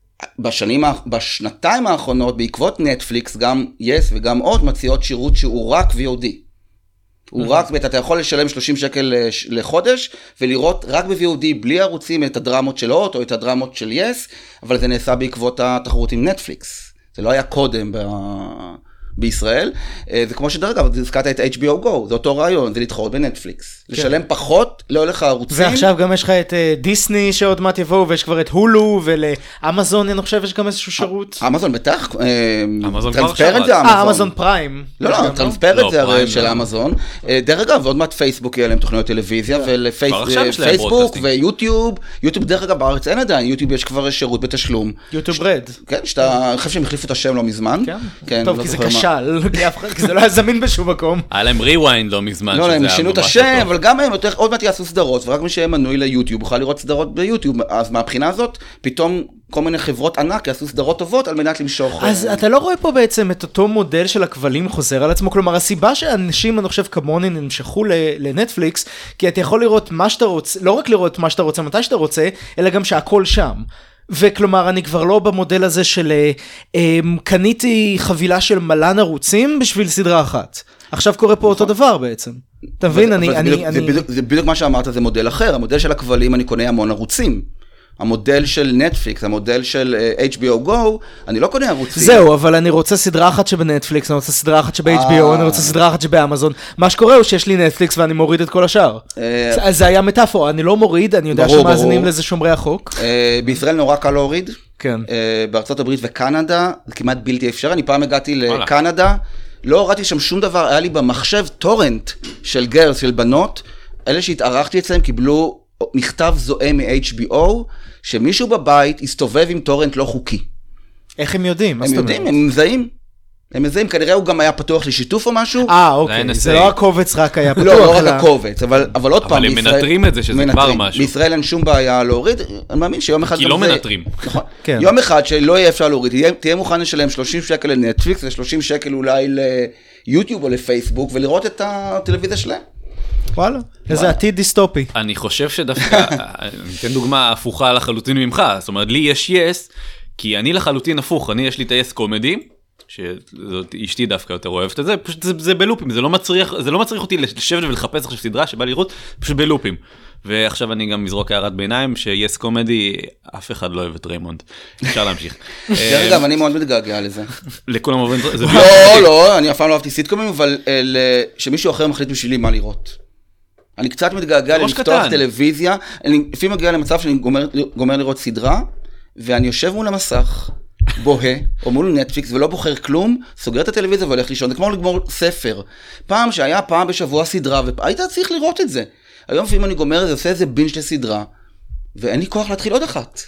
C: בשנתיים האחרונות, בעקבות נטפליקס, גם יס וגם הוט מציעות שירות שהוא רק VOD. הוא רק, אתה יכול לשלם 30 שקל לחודש, ולראות רק ב-VOD, בלי ערוצים, את הדרמות של הוט או את הדרמות של יס, אבל זה נעשה בעקבות התחרות עם נטפליקס. זה לא היה קודם בישראל, זה כמו שדרך אגב, הזכרת את HBO Go, זה אותו רעיון, זה להתחרות בנטפליקס. לשלם פחות, לא הולך הערוצים.
B: ועכשיו גם יש לך את דיסני שעוד מעט יבואו, ויש כבר את הולו, ולאמזון, אני חושב, יש גם איזשהו שירות.
C: אמזון בטח,
A: טרנספרנט
C: זה אמזון.
B: אמזון פריים.
C: לא, טרנספרנט זה הרי של אמזון. דרך אגב, עוד מעט פייסבוק יהיה להם תוכניות טלוויזיה, ולפייסבוק ויוטיוב. יוטיוב דרך אגב בארץ אין עדיין, יוטיוב יש כבר שירות בתשלום.
B: יוטיוב רד.
C: כן, אני חושב שהם החליפו את השם לא מזמן.
B: טוב, כי זה כשל, כי זה לא היה זמין בשום מקום.
A: היה להם ריוויינד לא מזמן.
C: לא, הם שינו את השם, אבל גם הם עוד מעט יעשו סדרות, ורק מי שיהיה מנוי ליוטיוב יוכל לראות סדרות ביוטיוב. אז מהבחינה הזאת, פתאום כל מיני חברות ענק יעשו סדרות טובות על מנת למשוך.
B: אז אתה לא רואה פה בעצם את אותו מודל של הכבלים חוזר על עצמו, כלומר הסיבה שאנשים, אני חושב כמוני, נמשכו לנטפליקס, כי אתה יכול לראות מה שאתה רוצה, לא רק לראות מה שאתה רוצה מתי שאתה רוצה, אלא גם שהכל שם. וכלומר אני כבר לא במודל הזה של קניתי חבילה של מלן ערוצים בשביל סדרה אחת. עכשיו קורה פה אותו דבר בעצם. אתה מבין?
C: זה בדיוק מה שאמרת, זה מודל אחר. המודל של הכבלים אני קונה המון ערוצים. המודל של נטפליקס, המודל של HBO Go, אני לא קונה ערוצים.
B: זהו, אבל אני רוצה סדרה אחת שבנטפליקס, אני רוצה סדרה אחת שב-HBO, אני רוצה סדרה אחת שבאמזון. מה שקורה הוא שיש לי נטפליקס ואני מוריד את כל השאר. זה היה מטאפורה, אני לא מוריד, אני יודע שמאזינים לזה שומרי החוק.
C: בישראל נורא קל להוריד.
B: כן.
C: בארצות הברית וקנדה, זה כמעט בלתי אפשרי. אני פעם הגעתי לקנדה, לא הורדתי שם שום דבר, היה לי במחשב טורנט של גרס, של בנות, אלה שהתארחתי אצלם קיבלו מכתב זוהה מ-HBO, שמישהו בבית הסתובב עם טורנט לא חוקי.
B: איך הם יודעים?
C: הם יודעים, הם מזהים. הם מזהים, כנראה הוא גם היה פתוח לשיתוף או משהו.
B: אוקיי, זה לא הקובץ רק היה פתוח.
C: לא רק הקובץ, אבל עוד פעם.
A: אבל הם מנטרים את זה, שזה כבר משהו.
C: בישראל אין שום בעיה להוריד, אני מאמין שיום אחד...
A: כי לא מנטרים.
C: נכון. יום אחד שלא יהיה אפשר להוריד, תהיה מוכן לשלם 30 שקל לנטפליקס, ו30 שקל אולי ליוטיוב או לפייסבוק, ולראות את הטלוויזיה שלהם.
B: וואלה, איזה עתיד דיסטופי.
A: אני חושב שדווקא, אני אתן דוגמה הפוכה לחלוטין ממך, זאת אומרת, לי יש יס, כי אני לחלוטין הפוך, אני יש לי את היס קומדי, שזאת אשתי דווקא יותר אוהבת את זה, פשוט זה בלופים, זה לא מצריך אותי לשבת ולחפש עכשיו סדרה שבא לראות, פשוט בלופים. ועכשיו אני גם מזרוק הערת ביניים, שיס קומדי, אף אחד לא אוהב את ריימונד. אפשר להמשיך.
C: גם אני מאוד מתגעגע לזה.
A: לכולם אוהבים את זה.
C: לא, אני אף פעם לא אהבתי סיטקומים, אבל שמישהו אחר מחליט בשבילי מה לראות. אני קצת מתגעגע לפתוח טלוויזיה, אני לפעמים מגיע למצב שאני גומר לראות סדרה, ואני יושב מול המסך, בוהה, או מול נטפליקס, ולא בוחר כלום, סוגר את הטלוויזיה והולך לישון. זה כמו לגמור ספר. פעם שהיה פעם בשבוע סדרה, והיית צריך לראות את זה. היום לפעמים אני גומר את זה, עושה איזה בינג' לסדרה, ואין לי כוח להתחיל עוד אחת.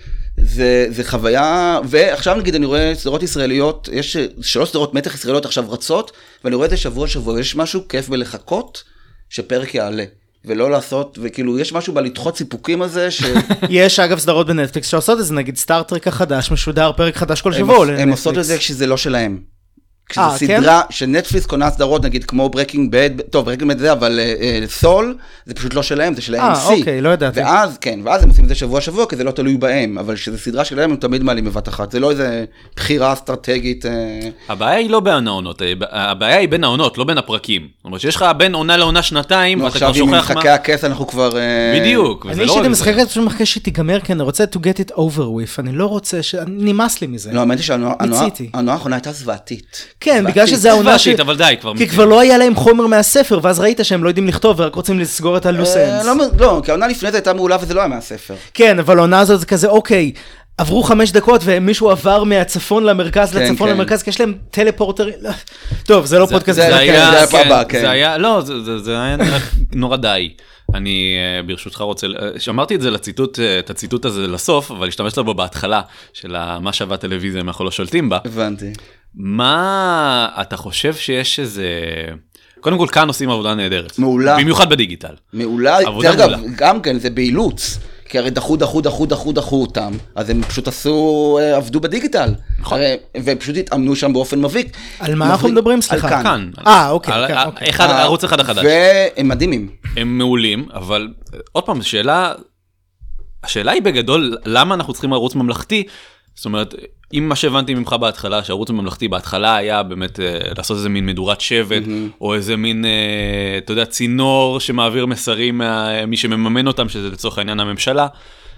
C: זה חוויה, ועכשיו נגיד אני רואה סדרות ישראליות, יש 3 סדרות מתח ישראליות עכשיו רצות, ואני רואה את זה שבוע, יש משהו כיף בלחכות, שפרק יעלה. ולא לעשות, וכאילו יש משהו בלדחות סיפוקים הזה
B: יש אגב סדרות בנטפליקס שעושות את זה, נגיד סטארטרק החדש, משודר פרק חדש כל שבוע.
C: הם עושות את זה כשזה לא שלהם. כשזו סדרה שנטפליקס קונה סדרות, נגיד כמו ברקינג בד, טוב ברקינג בד זה, אבל סול, זה פשוט לא שלהם, זה של ה-MC.
B: אוקיי, לא ידעתי.
C: ואז, כן, ואז הם עושים את זה שבוע, כי זה לא תלוי בהם, אבל כשזו סדרה שלהם, הם תמיד מעלים בבת אחת. זה לא איזה בחירה אסטרטגית.
A: הבעיה היא לא בין העונות, הבעיה היא בין העונות, לא בין הפרקים. זאת אומרת, שיש לך בין עונה לעונה שנתיים, ואתה כבר שוכח מה...
C: עכשיו עם משחקי הכס אנחנו כבר...
A: בדיוק.
B: אני אישית משחקי הכס מחכה שתיגמר, כי אני רוצה to get it over with, אני לא רוצה נמאס לי מזה.
C: לא, האמת היא שהעונה האחרונה הייתה זוועתית.
B: כן, בגלל שזה העונה
A: אבל די, כבר
B: כי כבר לא היה להם חומר מהספר, ואז ראית שהם לא יודעים לכתוב, ורק רוצים לסגור את הלוס אנדס.
C: לא, כי העונה לפני זה הייתה מעולה, וזה לא היה מהספר.
B: כן, אבל העונה הזאת זה כזה, אוקיי, עברו 5 דקות, ומישהו עבר מהצפון למרכז, לצפון למרכז, כי יש להם טלפורטר... טוב, זה לא פודקאסט.
C: זה היה פעם הבאה, כן.
A: לא, זה היה נורא די. אני ברשותך רוצה, שאמרתי את זה לציטוט, את הציטוט הזה לסוף, אבל השתמשת בו בהתחלה, של מה שווה טלוויזיה, אם אנחנו לא שולטים בה.
C: הבנתי.
A: מה אתה חושב שיש איזה... קודם כל, כאן עושים עבודה נהדרת.
C: מעולה.
A: במיוחד בדיגיטל.
C: מעולה. אגב, גם כן, זה באילוץ. כי הרי דחו אותם. אז הם פשוט עבדו בדיגיטל. נכון. והם פשוט התאמנו שם באופן מביק.
B: על מה אנחנו מדברים? סליחה.
A: כאן.
B: אוקיי.
A: ערוץ אחד החדש.
C: והם מדהימים.
A: הם מעולים, אבל עוד פעם, השאלה היא בגדול, למה אנחנו צריכים ערוץ ממלכתי? זאת אומרת, אם מה שהבנתי ממך בהתחלה, שהערוץ הממלכתי בהתחלה היה באמת לעשות איזה מין מדורת שבט, או איזה מין, אתה יודע, צינור שמעביר מסרים ממי שמממן אותם, שזה לצורך העניין הממשלה,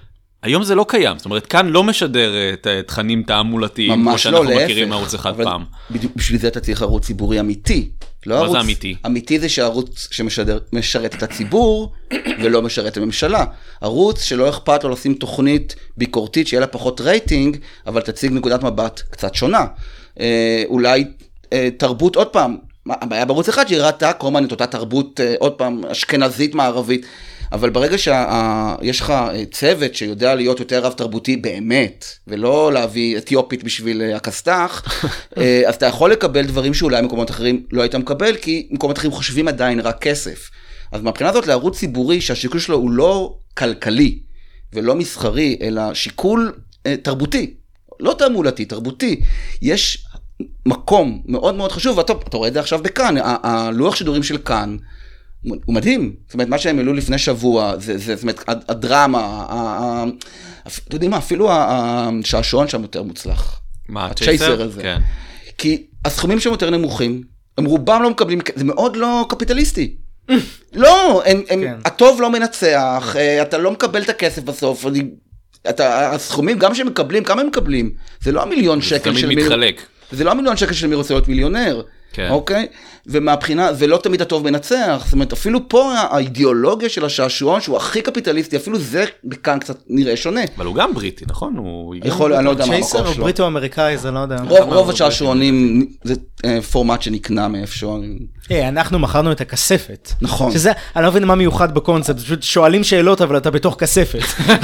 A: היום זה לא קיים, זאת אומרת, כאן לא משדר תכנים תעמולתיים, כמו שאנחנו מכירים מערוץ אחד פעם.
C: בדיוק בשביל זה אתה צריך ערוץ ציבורי אמיתי.
A: מה זה אמיתי?
C: אמיתי זה שערוץ שמשרת את הציבור, ולא משרת את הממשלה. ערוץ שלא אכפת לו לשים תוכנית ביקורתית, שיהיה לה פחות רייטינג, אבל תציג נקודת מבט קצת שונה. אולי תרבות, עוד פעם, הבעיה בערוץ אחד שהיא ראתה קומן את אותה תרבות, עוד פעם, אשכנזית מערבית, אבל ברגע שיש לך צוות שיודע להיות יותר רב תרבותי באמת, ולא להביא אתיופית בשביל הכסתח, אז אתה יכול לקבל דברים שאולי מקומות אחרים לא היית מקבל, כי מקומות אחרים חושבים עדיין רק כסף. אז מהבחינה הזאת לערוץ ציבורי שהשיקול שלו הוא לא כלכלי ולא מסחרי, אלא שיקול תרבותי, לא תעמולתי, תרבותי. יש מקום מאוד מאוד חשוב, ואתה רואה את זה עכשיו בכאן, הלוח שידורים של כאן, הוא מדהים, זאת אומרת, מה שהם העלו לפני שבוע, זאת אומרת, הדרמה, אתם יודעים מה, אפילו השעשועון שם יותר מוצלח.
A: מה,
C: הצ'ייסר הזה.
A: כן.
C: כי הסכומים שם יותר נמוכים, הם רובם לא מקבלים, זה מאוד לא קפיטליסטי. לא, הטוב לא מנצח, אתה לא מקבל את הכסף בסוף, הסכומים, גם שהם מקבלים, כמה הם מקבלים? זה לא $1,000,000
A: זה תמיד מתחלק.
C: זה לא $1,000,000 של מי רוצה להיות מיליונר, אוקיי? ומהבחינה, ולא תמיד הטוב מנצח, זאת אומרת, אפילו פה האידיאולוגיה של השעשועון, שהוא הכי קפיטליסטי, אפילו זה כאן קצת נראה שונה.
A: אבל הוא גם בריטי, נכון?
C: יכול, אני לא יודע מה המקור שלו.
B: צ'ייסר או בריטו-אמריקאי, זה לא יודע.
C: רוב השעשועונים, זה פורמט שנקנה מאיפשהו.
B: אנחנו מכרנו את הכספת.
C: נכון.
B: שזה, אני לא מבין מה מיוחד בקונספט, פשוט שואלים שאלות, אבל אתה בתוך כספת.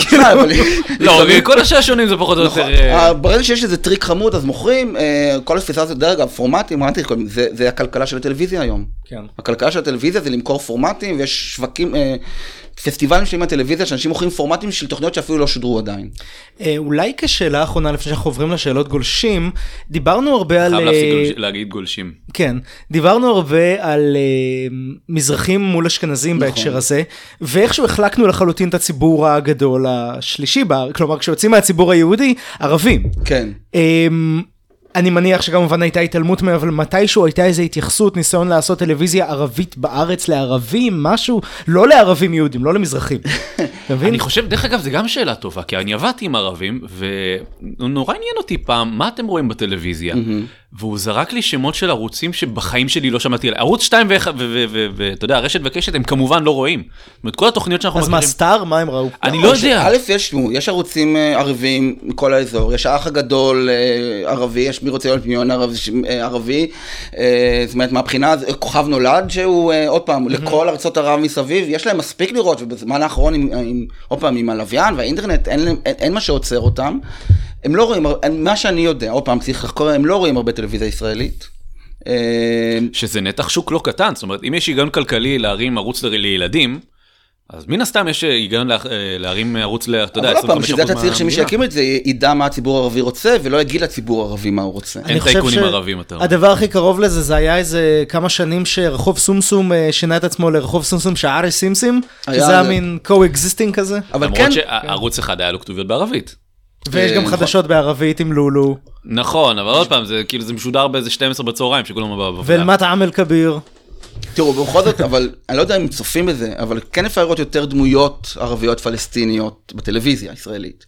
A: לא, כל השעשועונים זה פחות או יותר...
C: ברגע שיש איזה טריק חמוד, אז מוכרים, כל התפיסה הזאת, דרך אגב, פורמטים, זה הכלכלה של הטלוויזיה היום. הכלכלה של הטלוויזיה זה למכור פורמטים, ויש שווקים, פסטיבלים שלהם מהטלוויזיה, שאנשים מוכרים פורמטים של תוכניות שאפילו לא שודרו עדיין.
B: אולי כשאלה האחרונה, לפני שאנחנו עוברים לשאלות גולשים, דיברנו הרבה על...
A: חייב להגיד גולשים.
B: כן, דיברנו הרבה על מזרחים מול אשכנזים בהקשר הזה, ואיכשהו החלקנו לחלוטין את הציבור הגדול השלישי, כלומר, כשיוצאים מהציבור היהודי, ערבים.
C: כן.
B: אני מניח שכמובן הייתה התעלמות מהם, אבל מתישהו הייתה איזו התייחסות, ניסיון לעשות טלוויזיה ערבית בארץ לערבים, משהו, לא לערבים יהודים, לא למזרחים.
A: אני חושב, דרך אגב, זה גם שאלה טובה, כי אני עבדתי עם ערבים, ונורא עניין אותי פעם, מה אתם רואים בטלוויזיה? והוא זרק לי שמות של ערוצים שבחיים שלי לא שמעתי עליהם. ערוץ 2 ואתה יודע, הרשת וקשת הם כמובן לא רואים. זאת אומרת, כל התוכניות שאנחנו מכירים...
B: אז מה, סטאר? מה הם ראו?
A: אני לא יודע.
C: א', יש ערוצים ערבים מכל האזור, יש האח הגדול ערבי, יש מי רוצה להיות מיליון ערבי, זאת אומרת, מהבחינה, כוכב נולד, שהוא עוד פעם, לכל ארצות ערב מסביב, יש להם מספיק לראות, ובזמן האחרון, עוד פעם, עם הלוויין והאינטרנט, אין מה שעוצר אותם. הם לא רואים, מה שאני יודע, עוד פעם צריך לחקור, הם לא רואים הרבה טלוויזיה ישראלית.
A: שזה נתח שוק לא קטן, זאת אומרת, אם יש היגיון כלכלי להרים ערוץ לילדים, אז מן הסתם יש היגיון להרים ערוץ, אתה יודע, 25%
C: אבל עוד פעם, בשביל זה אתה צריך שמי שיקים את זה, ידע מה הציבור הערבי רוצה, ולא יגיד לציבור הערבי מה הוא רוצה.
A: אין טייקונים ערבים, אתה אומר.
B: הדבר הכי קרוב לזה, זה היה איזה כמה שנים שרחוב סומסום שינה את עצמו לרחוב סומסום שערי סימסים, שזה היה מין co-existing כזה.
A: למרות שערוץ אחד היה לו כתוביות בערבית.
B: ויש גם חדשות בערבית עם לולו.
A: נכון, אבל עוד פעם, זה כאילו זה משודר באיזה 12 בצהריים, שכולם בבא.
B: ואלמת עמל כביר.
C: תראו, בכל זאת, אבל אני לא יודע אם צופים בזה, אבל כן אפשר לראות יותר דמויות ערביות פלסטיניות בטלוויזיה הישראלית.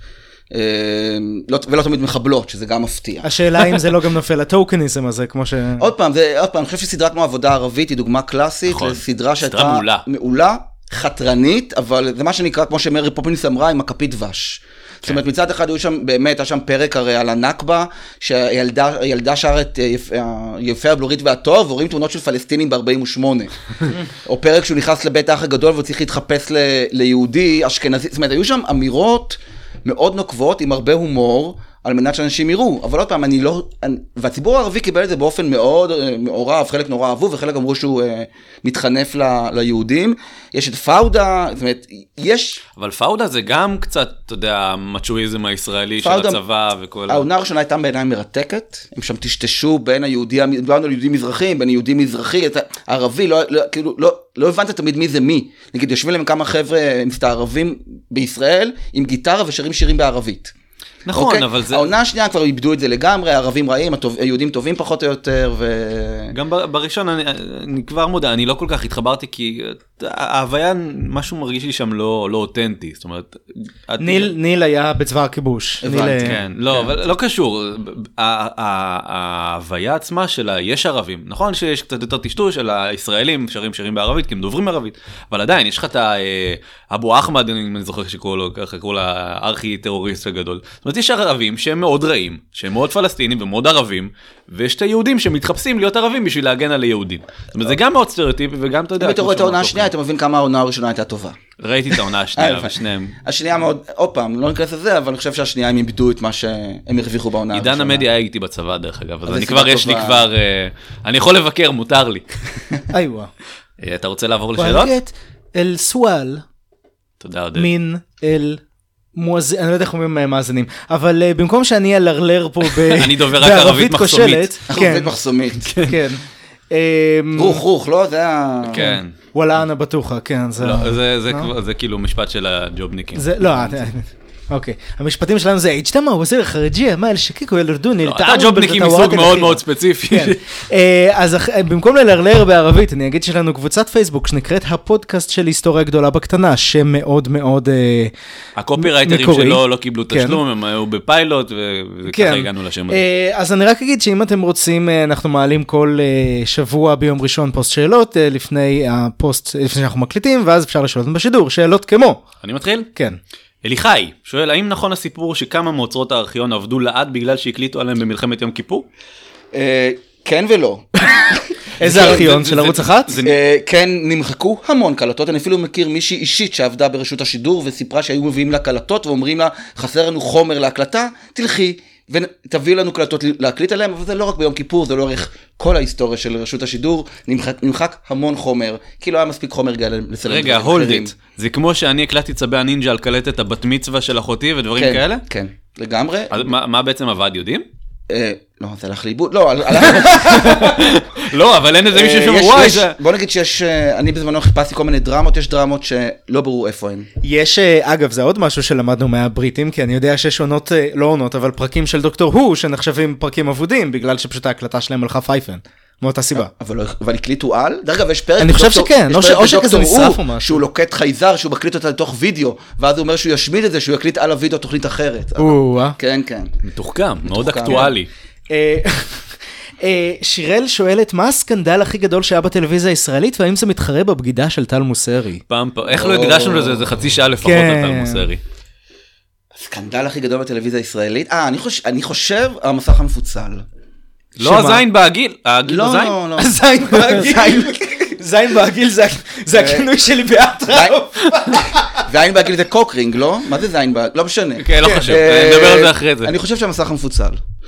C: ולא תמיד מחבלות, שזה גם מפתיע.
B: השאלה אם זה לא גם נופל הטוקניזם הזה, כמו ש...
C: עוד פעם, אני חושב שסדרה כמו עבודה ערבית היא דוגמה קלאסית, לסדרה שהייתה מעולה, חתרנית, אבל זה מה שנקרא, כמו שמרי פופינס אמרה, עם הכפית דבש. זאת אומרת, מצד אחד היו שם, באמת, היה שם פרק הרי על הנכבה, שהילדה שרה את יפה הבלורית והטוב, ורואים תמונות של פלסטינים ב-48. או פרק שהוא נכנס לבית האח הגדול, והוא צריך להתחפש ליהודי, אשכנזי. זאת אומרת, היו שם אמירות מאוד נוקבות, עם הרבה הומור, על מנת שאנשים יראו. אבל עוד פעם, והציבור הערבי קיבל את זה באופן מאוד מעורב, חלק נורא אהבו, וחלק אמרו שהוא מתחנף ליהודים. יש את פאודה, זאת אומרת, יש...
A: אבל פאודה זה גם קצת, אתה יודע, המצ'ואיזם הישראלי של הצבא וכל...
C: העונה הראשונה הייתה בעיניים מרתקת, הם שם תשתשו בין היהודים, דיברנו על יהודים מזרחים, בין יהודים מזרחי, הערבי, כאילו, לא הבנת תמיד מי זה מי. נגיד, יושבים להם כמה חבר'ה מסתערבים בישראל, עם גיטרה ושרים שירים בערבית.
A: נכון, אבל זה...
C: העונה השנייה כבר איבדו את זה לגמרי, הערבים רעים, היהודים טובים פחות או יותר,
A: גם בראשון אני כבר מודע, אני לא כל כך התחברתי, כי ההוויה, משהו מרגיש לי שם לא אותנטי, זאת אומרת...
B: ניל היה בצבא הכיבוש.
A: כן, לא, אבל לא קשור. ההוויה עצמה שלה, יש ערבים. נכון שיש קצת יותר טשטוש של הישראלים, שרים בערבית, כי הם דוברים ערבית, אבל עדיין, יש לך את אבו אחמד, אני זוכר שקראו לו, ככה קראו לה ארכי טרוריסט הגדול. זאת אומרת, יש ערבים שהם מאוד רעים, שהם מאוד פלסטינים ומאוד ערבים, ויש את היהודים שמתחפשים להיות ערבים בשביל להגן על היהודים. זאת אומרת, זה גם מאוד סטריאוטיפי, וגם אתה יודע...
C: אם אתה רואה את העונה השנייה, אתה מבין כמה העונה הראשונה הייתה טובה.
A: ראיתי את העונה השנייה, ושניהם...
C: השנייה מאוד, עוד פעם, לא ניכנס לזה, אבל אני חושב שהשנייה הם איבדו את מה שהם הרוויחו בעונה הראשונה.
A: עידן המדיה היה איתי בצבא, דרך אגב, אז יש לי כבר... אני יכול לבקר, מותר לי.
B: איווה.
A: אתה רוצה לעבור לשאלות?
B: אל סואל.
A: תודה, עודד.
B: מין אל... אני לא יודע איך אומרים מאזינים, אבל במקום שאני אלרלר פה
A: אני דובר רק ערבית מחסומית.
C: ערבית מחסומית.
B: כן.
C: רוח, לא? זה היה...
A: כן.
B: וואלה, אנה בטוחה, כן.
A: זה כאילו משפט של הג'ובניקים.
B: לא, אוקיי. המשפטים שלנו זה, אג'תמה, וזיר חרג'יה, מה, אל-שקיקו, אל-ארדוני,
A: אתה ג'ובניקים מסוג מאוד מאוד ספציפי.
B: אז במקום ללרלר בערבית, אני אגיד שלנו קבוצת פייסבוק שנקראת הפודקאסט של היסטוריה גדולה בקטנה, שמאוד מאוד מקורי.
A: הקופירייטרים שלו לא קיבלו תשלום, הם היו בפיילוט, וככה הגענו לשם הזה.
B: אז אני רק אגיד שאם אתם רוצים, אנחנו מעלים כל שבוע ביום ראשון פוסט שאלות, לפני שאנחנו מקליטים, ואז אפשר לשאול אותם בשידור, שאלות כמו.
A: אני מתחיל?
B: כן.
A: אליחי שואל, האם נכון הסיפור שכמה מאוצרות הארכיון עבדו לעד בגלל שהקליטו עליהם במלחמת יום כיפור?
C: כן ולא.
B: איזה ארכיון של ערוץ אחת?
C: כן, נמחקו המון קלטות, אני אפילו מכיר מישהי אישית שעבדה ברשות השידור וסיפרה שהיו מביאים לה קלטות ואומרים לה, חסר לנו חומר להקלטה, תלכי ותביא לנו קלטות להקליט עליהם, אבל זה לא רק ביום כיפור, זה לא ערך כל ההיסטוריה של רשות השידור, נמחק המון חומר, כי לא היה מספיק חומר לצלם.
A: רגע, hold it, זה כמו שאני הקלטתי צבי הנינג'ה על קלטת הבת מצווה של אחותי ודברים כאלה?
C: כן, לגמרי.
A: מה בעצם עבד, יודעים?
C: לא, זה הלך לאיבוד, לא,
A: לא, אבל אין איזה מישהו שאומר,
C: בוא נגיד שיש, אני בזמנו חיפשתי כל מיני דרמות, יש דרמות שלא ברור איפה הן.
B: יש, אגב, זה עוד משהו שלמדנו מהבריטים, כי אני יודע שיש עונות, לא עונות, אבל פרקים של דוקטור הו, שנחשבים פרקים אבודים, בגלל שפשוט ההקלטה שלהם הלכה פייפן. מאותה סיבה.
C: אבל הקליטו על? דרך אגב, יש פרק
B: אני חושב שכן, או שכזה נשרף או משהו.
C: שהוא לוקט חייזר, שהוא מקליט אותה לתוך וידאו, ואז הוא אומר שהוא ישמיד את זה, שהוא יקליט על הוידאו תוכנית אחרת. כן, כן.
A: מתוחכם, מאוד אקטואלי.
B: שירל שואלת, מה הסקנדל הכי גדול שהיה בטלוויזיה הישראלית, והאם זה מתחרה בבגידה של טל מוסרי?
A: איך לא הקדשנו לזה? זה חצי שעה לפחות על טל מוסרי.
C: הסקנדל הכי גדול בטלוויזיה הישראלית? אני חושב, המסך המפוצל.
A: לא הזין בעגיל, העגיל
C: לא,
A: בזין?
C: לא, לא.
B: הזין בעגיל. זין בעגיל זה הכינוי שלי באטרף.
C: זין בעגיל זה קוקרינג, לא? מה זה זין בעגיל? לא משנה.
A: כן, לא חשוב, נדבר על זה אחרי זה.
C: אני חושב שהמסך המפוצל.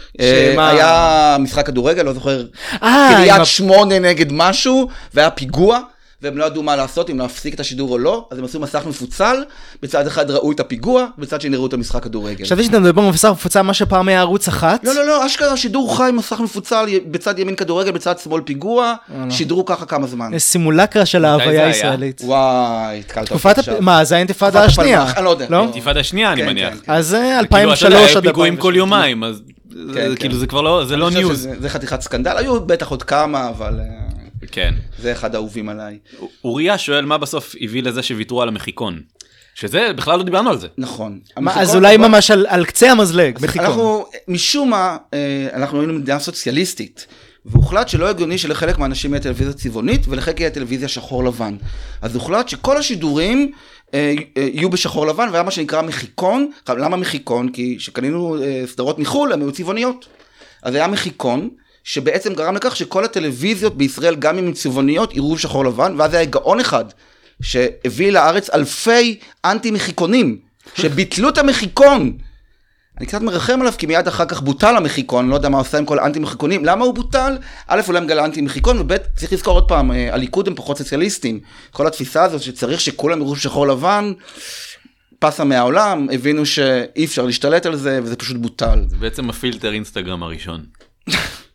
C: היה משחק כדורגל, לא זוכר, קריית 8 נגד משהו, והיה פיגוע, והם לא ידעו מה לעשות, אם להפסיק את השידור או לא, אז הם עשו מסך מפוצל, בצד אחד ראו את הפיגוע, בצד שני ראו את המשחק כדורגל.
B: חשבתי שאתה מדבר במסך מפוצל, מה שפעם היה ערוץ אחת?
C: לא, לא, לא, אשכרה שידור חי, מסך מפוצל, בצד ימין כדורגל, בצד שמאל פיגוע, שידרו ככה כמה זמן.
B: סימולקרה של ההוויה הישראלית.
C: וואי, התקלת
B: אותי עכשיו. מה, זה האינתיפאדה השנייה?
C: אני לא יודע.
A: האינתיפאדה השנייה, אני מניח.
B: אז 2003 עד
A: פיגועים כל יומיים, אז כאילו זה כבר לא, זה לא ניוז.
C: זה חתיכת סקנדל, היו בטח עוד כמה, אבל
A: כן.
C: זה אחד האהובים עליי.
A: אוריה שואל מה בסוף הביא לזה שוויתרו על המחיקון. שזה, בכלל לא דיברנו על זה.
C: נכון.
B: אז אולי ממש על קצה המזלג, מחיקון.
C: אנחנו, משום מה, אנחנו היינו מדינה סוציאליסטית, והוחלט שלא הגיוני שלחלק מהאנשים יהיה טלוויזיה צבעונית, ולחלק יהיה טלוויזיה שחור לבן. אז הוחלט שכל השידורים יהיו בשחור לבן, והיה מה שנקרא מחיקון. למה מחיקון? כי שקנינו סדרות מחול, הן היו צבעוניות. אז היה מחיקון, שבעצם גרם לכך שכל הטלוויזיות בישראל, גם עם צבעוניות, יראו שחור לבן, ואז היה גאון אחד, שהביא לארץ אלפי אנטי-מחיקונים, שביטלו את המחיקון. אני קצת מרחם עליו, כי מיד אחר כך בוטל המחיקון, אני לא יודע מה עושה עם כל האנטי-מחיקונים. למה הוא בוטל? א', אולי מגלה אנטי-מחיקון, וב', צריך לזכור עוד פעם, הליכוד הם פחות סוציאליסטים. כל התפיסה הזאת שצריך שכולם יראו שחור לבן, פסה מהעולם, הבינו שאי אפשר להשתלט על זה, וזה פשוט בוטל.
A: זה בעצם הפילטר אינסטגרם הראשון.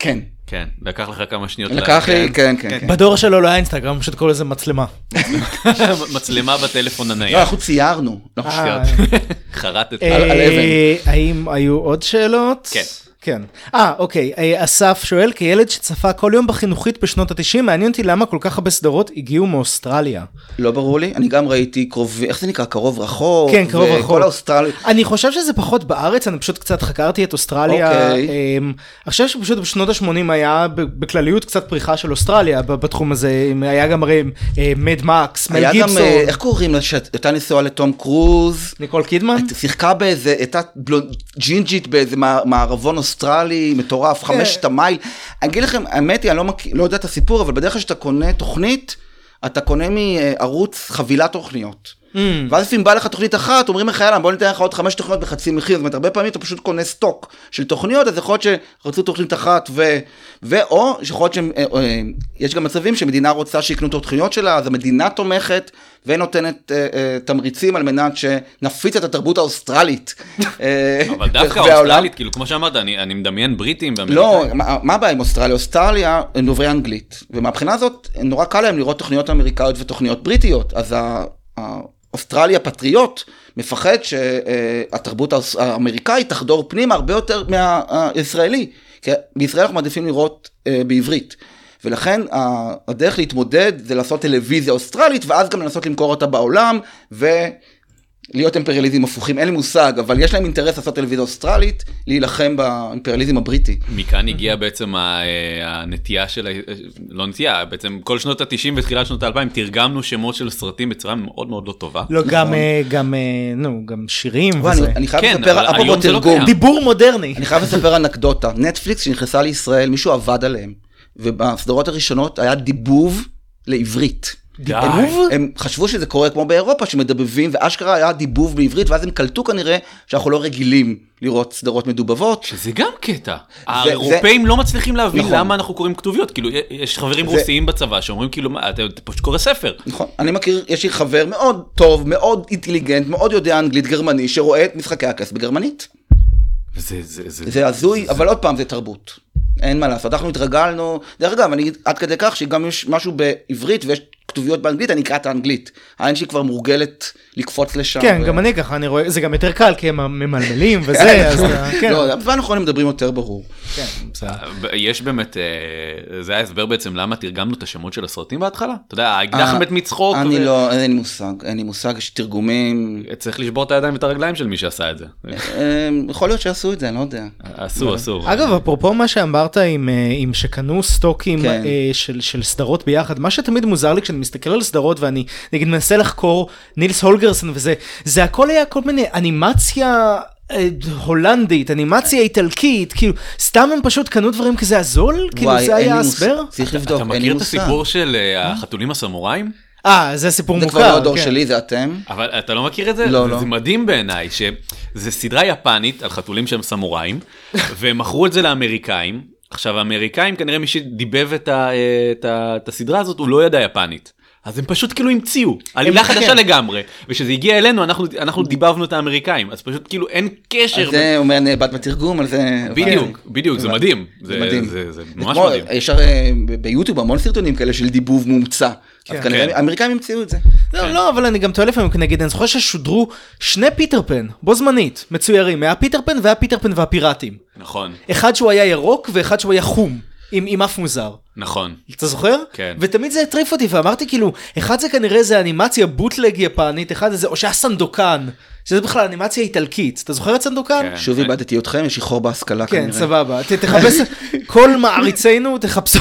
C: כן.
A: כן, לקח לך כמה שניות.
C: לקח לי, כן, כן.
B: בדור שלו לא היה אינסטגרם, פשוט קורא לזה מצלמה.
A: מצלמה בטלפון הנייד.
C: לא, אנחנו ציירנו. לא חשבתי.
A: חרטת.
C: על אבן.
B: האם היו עוד שאלות?
A: כן.
B: כן. אוקיי, אסף שואל, כילד שצפה כל יום בחינוכית בשנות ה-90, מעניין אותי למה כל כך הרבה סדרות הגיעו מאוסטרליה.
C: לא ברור לי, אני גם ראיתי קרוב, איך זה נקרא? קרוב רחוק?
B: כן, קרוב רחוק.
C: וכל האוסטרליה.
B: אני חושב שזה פחות בארץ, אני פשוט קצת חקרתי את אוסטרליה. אני חושב שפשוט בשנות ה-80 היה בכלליות קצת פריחה של אוסטרליה בתחום הזה, היה גם הרי מד מקס, מל גיבסון.
C: היה גם, איך קוראים לה, שהייתה נשואה לתום קרוז?
B: ניקול קידמן?
C: שיחקה באיזה, הייתה ג'ינג'ית באיזה מערבון אוסטרלי, מטורף, 5 המייל. אני אגיד לכם, האמת היא, אני לא יודע את הסיפור, אבל בדרך כלל שאתה קונה תוכנית, אתה קונה מערוץ חבילת תוכניות. ואז אם בא לך תוכנית אחת, אומרים לך, יאללה, בוא ניתן לך עוד 5 תוכניות בחצי מחיר, זאת אומרת, הרבה פעמים אתה פשוט קונה סטוק של תוכניות, אז יכול להיות שרצו תוכנית אחת, או שיכול להיות שיש גם מצבים שמדינה רוצה שיקנו את התוכניות שלה, אז המדינה תומכת, ונותנת תמריצים על מנת שנפיץ את התרבות האוסטרלית.
A: אבל דווקא האוסטרלית, כאילו, כמו שאמרת, אני מדמיין בריטים ואמריקאים.
C: לא, מה הבעיה עם אוסטרליה? אוסטרליה הם דוברי אנגלית, ומהבחינה הזאת נורא קל להם לראות תוכניות אמריקאיות ותוכניות בריטיות, אז האוסטרליה פטריוט מפחד שהתרבות האמריקאית תחדור פנימה הרבה יותר מהישראלי, כי בישראל אנחנו מעדיפים לראות בעברית, ולכן הדרך להתמודד זה לעשות טלוויזיה אוסטרלית, ואז גם לנסות למכור אותה בעולם, ולהיות אימפריאליזם הפוכים, אין לי מושג, אבל יש להם אינטרס לעשות טלוויזיה אוסטרלית, להילחם באימפריאליזם הבריטי.
A: מכאן הגיעה בעצם הנטייה של, לא נטייה, בעצם כל שנות ה-90 ותחילת שנות ה-2000, תרגמנו שמות של סרטים בצורה מאוד מאוד לא טובה.
B: לא, גם שירים וזה.
C: אני חייב לספר, אפרופו תרגום.
B: דיבור מודרני.
C: אני חייב לספר אנקדוטה. נטפליקס שנכנסה לישראל, מישהו עבד עליהם. ובסדרות הראשונות היה דיבוב לעברית. הם חשבו שזה קורה כמו באירופה שמדבבים, ואשכרה היה דיבוב בעברית, ואז הם קלטו כנראה שאנחנו לא רגילים לראות סדרות מדובבות.
A: שזה גם קטע. האירופאים לא מצליחים להבין למה אנחנו קוראים כתוביות. כאילו, יש חברים רוסיים בצבא שאומרים כאילו, אתה פשוט קורא ספר.
C: נכון. אני מכיר, יש לי חבר מאוד טוב, מאוד אינטליגנט, מאוד יודע אנגלית גרמני, שרואה את משחקי הכס בגרמנית. זה הזוי, אבל עוד פעם זה תרבות. אין מה לעשות, אנחנו התרגלנו, דרך אגב, אני עד כדי כך שגם יש משהו בעברית ויש כתוביות באנגלית, אני אקרא את האנגלית. העין שלי כבר מורגלת לקפוץ לשם.
B: כן, גם אני ככה, אני רואה, זה גם יותר קל, כי הם ממלמלים וזה, אז כן.
C: לא, בזמן האחרון הם מדברים יותר ברור.
B: כן, בסדר.
A: יש באמת, זה היה הסבר בעצם למה תרגמנו את השמות של הסרטים בהתחלה? אתה יודע, האקדח מת מצחוק.
C: אני לא, אין לי מושג, יש תרגומים.
A: צריך לשבור את הידיים ואת הרגליים של מי שעשה את זה.
C: יכול להיות שעשו את זה, אני לא יודע.
A: אסור.
B: אגב, אפרופו מה שאמרת עם שקנו סטוקים של סדרות ביחד, מה שתמיד מוזר לי כשאני מסתכל על סדרות ואני נגיד מנסה לחקור נילס הולגרסון וזה, זה הכל היה כל מיני אנימציה הולנדית, אנימציה איטלקית, כאילו סתם הם פשוט קנו דברים כזה הזול? כאילו זה היה הסבר?
C: צריך לבדוק,
A: אתה מכיר את הסיפור של החתולים הסמוראים?
B: זה סיפור מוכר.
C: זה כבר לא הדור שלי, זה אתם.
A: אבל אתה לא מכיר את זה?
C: לא.
A: זה מדהים בעיניי, שזה סדרה יפנית על חתולים שהם סמוראים, והם מכרו את זה לאמריקאים. עכשיו, האמריקאים, כנראה מי שדיבב את הסדרה הזאת, הוא לא ידע יפנית. אז הם פשוט כאילו המציאו, עלילה חדשה לגמרי, ושזה הגיע אלינו, אנחנו דיבבנו את האמריקאים, אז פשוט כאילו אין קשר.
C: זה אומר נאבד בתרגום, על זה...
A: בדיוק, זה מדהים.
C: זה מדהים.
A: זה ממש מדהים.
C: יש ביוטיוב המון סרטונים כאלה של דיבוב מומצא, אז כנראה האמריקאים המציאו את זה.
B: לא, אבל אני גם טועה לפעמים, נגיד, אני זוכר ששודרו 2 פיטר פן, בו זמנית, מצוירים, היה פיטר פן והיה פיטר פן והפיראטים.
A: נכון.
B: אחד שהוא היה ירוק ואחד שהוא היה חום. עם אף מוזר.
A: נכון.
B: אתה זוכר?
A: כן.
B: ותמיד זה הטריף אותי, ואמרתי כאילו, אחד זה כנראה זה אנימציה בוטלג יפנית, אחד זה, או שהיה סנדוקן, שזה בכלל אנימציה איטלקית. אתה זוכר את סנדוקן?
A: כן.
C: שוב איבדתי אתכם, יש לי חור בהשכלה כנראה.
B: כן, סבבה. תחפש, כל מעריצינו,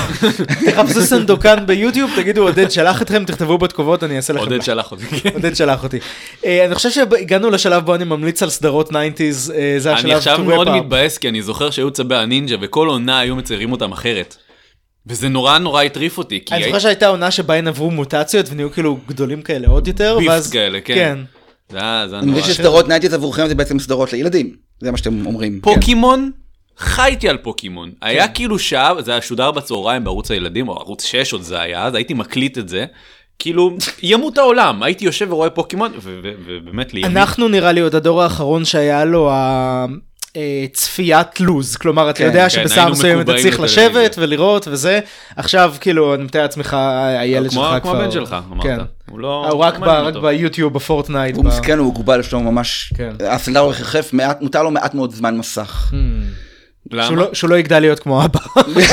B: תחפשו סנדוקן ביוטיוב, תגידו, עודד שלח אתכם, תכתבו בתגובות, אני אעשה לכם.
A: עודד שלח אותי.
B: עודד שלח אותי. אני חושב שהגענו לשלב בו אני ממליץ על סדרות 90s, זה השלב.
A: אני עכשיו מאוד מתבאס, כי אני זוכר שהיו צבי הנינג'ה, וכל עונה היו מציירים אותם אחרת. וזה נורא הטריף אותי.
B: אני זוכר שהייתה עונה שבהן עברו מוטציות, ונהיו כאילו גדולים כאלה עוד יותר.
A: ביפס כאלה, כן.
C: אני מבין שסדרות 90s עבורכם זה בעצם סדרות לילדים. זה מה שאתם אומרים.
A: פוקימון, חייתי על פוקימון. היה כאילו שעה, זה היה שודר בצהריים בערוץ הילדים, או ערוץ 6 עוד זה היה, אז הייתי מקליט את זה. כאילו, ימות העולם. הייתי יושב ורואה פוקימון, ובאמת לימים.
B: אנחנו נראה לי עוד הדור האחרון שהיה לו צפיית לוז, כלומר, אתה יודע שבשעה מסוימת אתה צריך לשבת ולראות וזה, עכשיו כאילו, אני מתאר לעצמך, הילד שלך כבר...
A: כמו הבן שלך, אמרת.
B: הוא רק ביוטיוב, בפורטנייט.
C: הוא מסכן, הוא מוגבל, יש לו ממש... הסנדר הוא יחף, מותר לו מעט מאוד זמן מסך.
A: למה?
B: שהוא לא יגדל להיות כמו אבא.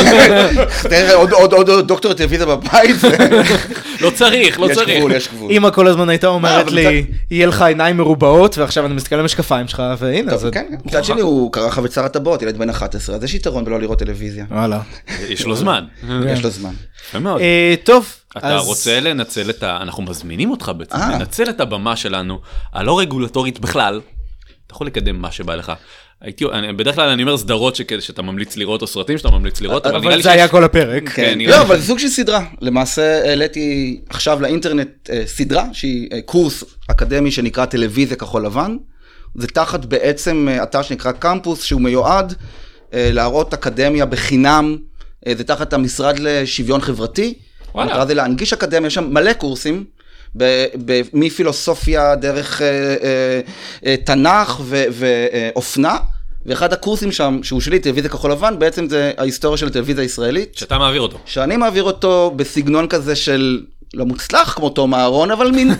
C: עוד דוקטור טלוויזיה בבית.
A: לא צריך, לא צריך.
C: יש גבול.
B: אמא כל הזמן הייתה אומרת לי, יהיה לך עיניים מרובעות, ועכשיו אני מסתכל על המשקפיים שלך, והנה.
C: מצד שני הוא קרא חבצר הטבעות, ילד בן 11, אז יש יתרון בלא לראות טלוויזיה.
B: וואלה.
A: יש לו זמן.
C: יש לו זמן.
B: טוב.
A: אתה רוצה לנצל אנחנו מזמינים אותך בעצם, לנצל את הבמה שלנו, הלא רגולטורית בכלל, אתה יכול לקדם מה שבא לך. בדרך כלל אני אומר סדרות שאתה ממליץ לראות, או סרטים שאתה ממליץ לראות,
B: אבל זה היה כל הפרק.
C: לא, אבל זה סוג של סדרה. למעשה העליתי עכשיו לאינטרנט סדרה, שהיא קורס אקדמי שנקרא טלוויזיה כחול לבן. זה תחת בעצם אתר שנקרא קמפוס, שהוא מיועד להראות אקדמיה בחינם. זה תחת המשרד לשוויון חברתי. המטרה זה להנגיש אקדמיה, יש שם מלא קורסים. מפילוסופיה דרך תנ"ך ואופנה, ואחד הקורסים שם, שהוא שלי, טלוויזיה כחול לבן, בעצם זה ההיסטוריה של הטלוויזיה הישראלית.
A: שאתה מעביר אותו.
C: שאני מעביר אותו בסגנון כזה של, לא מוצלח כמו תום אהרון, אבל מין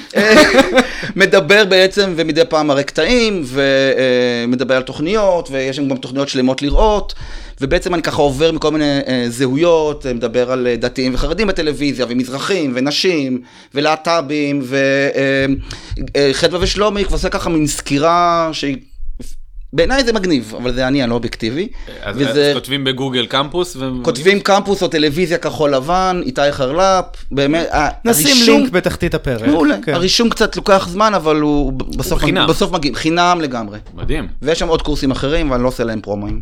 C: מדבר בעצם, ומדי פעם מראה קטעים, ומדבר על תוכניות, ויש גם תוכניות שלמות לראות, ובעצם אני ככה עובר מכל מיני זהויות, מדבר על דתיים וחרדים בטלוויזיה, ומזרחים, ונשים, ולהט"בים, וחדווה ושלומי, ועושה ככה מין סקירה שהיא... בעיניי זה מגניב, אבל זה אני לא אובייקטיבי.
A: אז כותבים בגוגל קמפוס?
C: כותבים קמפוס או טלוויזיה כחול לבן, איתי חרל"פ, באמת...
B: נשים לינק בתחתית הפרק.
C: הרישום קצת לוקח זמן, אבל הוא בסוף מגיע, חינם לגמרי.
A: מדהים.
C: ויש שם עוד קורסים אחרים, ואני לא עושה להם פרומואים.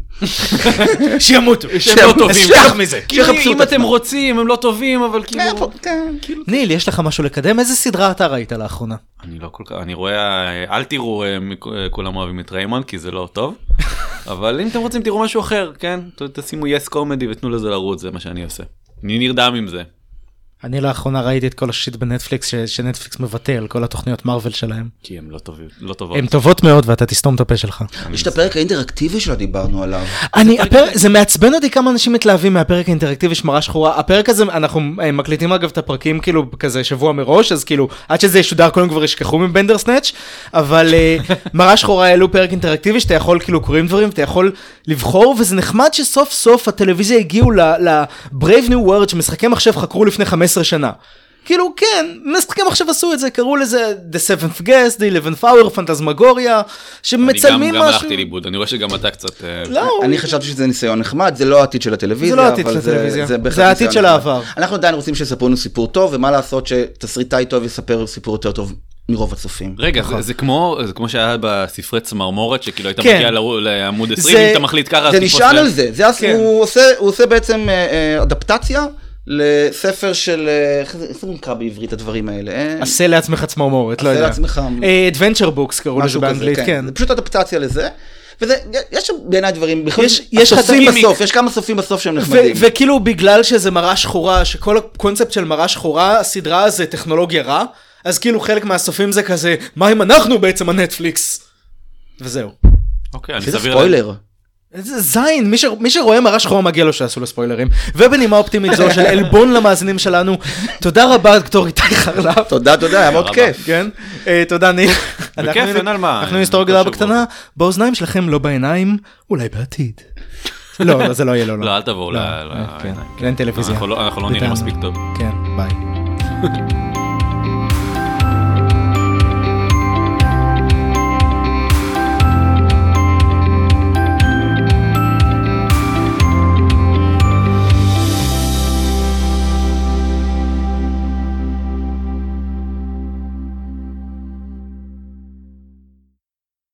B: שימותו.
A: שהם לא טובים. אם אתם רוצים, הם לא טובים, אבל כאילו...
B: ניל, יש לך משהו לקדם? איזה סדרה אתה ראית לאחרונה?
A: אני לא כל כך, אני רואה, אל תראו כולם אוהבים את ריימון, כי זה לא טוב, אבל אם אתם רוצים תראו משהו אחר, כן? תשימו יס קומדי ותנו לזה לרוץ, זה מה שאני עושה. אני נרדם עם זה. אני
B: לאחרונה ראיתי את כל השיט בנטפליקס, שנטפליקס מבטל, כל התוכניות מרוול שלהם.
A: כי הן לא טובות.
B: הן טובות מאוד, ואתה תסתום את הפה שלך.
C: יש את הפרק האינטראקטיבי שלא דיברנו עליו.
B: זה מעצבן אותי כמה אנשים מתלהבים מהפרק האינטראקטיבי שמראה שחורה. הפרק הזה, אנחנו מקליטים אגב את הפרקים כאילו כזה שבוע מראש, אז כאילו, עד שזה ישודר כולם כבר ישכחו מבנדרסנאץ', אבל מראה שחורה העלו פרק אינטראקטיבי, שאתה יכול כאילו קוראים דברים, ואתה יכול לבחור, וזה נחמד שסוף סוף הטלוויזיה הגיעו ל-Brave New World, שמשחקי מחשב חקרו לפני 15 שנה. כאילו, כן, משחקי מחשב עשו את זה, קראו לזה The Seventh Guest, The 11th Hour, פנטזמגוריה, שמצלמים משהו.
A: אני גם הלכתי לאיבוד, אני רואה שגם אתה קצת...
C: אני חשבתי שזה ניסיון נחמד, זה לא העתיד של הטלוויזיה.
B: זה לא העתיד של הטלוויזיה, זה העתיד של העבר.
C: אנחנו עדיין רוצים שיספרו לנו סיפור טוב, ומה לעשות שתסריטאי טוב יספר סיפור יותר טוב מרוב הצופים.
A: רגע, זה כמו שהיה בספרי צמרמורת, שכאילו היית מגיע לעמוד 20, אם אתה מחליט ככה...
C: זה נשען על זה, הוא עושה בעצם אדפטציה לספר של, איך זה נקרא בעברית הדברים האלה?
B: עשה לעצמך צמרמורת, לא יודע.
C: עשה לעצמך...
B: Adventure Books קראו לזה באנגלית, כן.
C: זה פשוט אדפטציה לזה. ויש בעיניי דברים, יש כמה סופים בסוף שהם נחמדים.
B: וכאילו בגלל שזה מראה שחורה, שכל הקונספט של מראה שחורה, הסדרה זה טכנולוגיה רע, אז כאילו חלק מהסופים זה כזה, מה אם אנחנו בעצם הנטפליקס? וזהו.
A: אוקיי, אני
C: שזה
A: סביר...
C: ספוילר.
B: זה זין, מי שרואה מראה שחורה מגיע לו שעשו לו ספוילרים. ובנימה אופטימית זו של אלבון למאזינים שלנו, תודה רבה דוקטור איתי חרל"פ.
C: תודה, היה מאוד כיף.
B: כן, תודה ניל.
A: בכיף, אין על מה.
B: אנחנו נסתור גדולה בקטנה, באוזניים שלכם לא בעיניים, אולי בעתיד. לא, זה לא יהיה לו.
A: לא, אל תבואו לעיניים.
B: אין טלוויזיה.
A: אנחנו לא נראים מספיק טוב.
B: כן, ביי.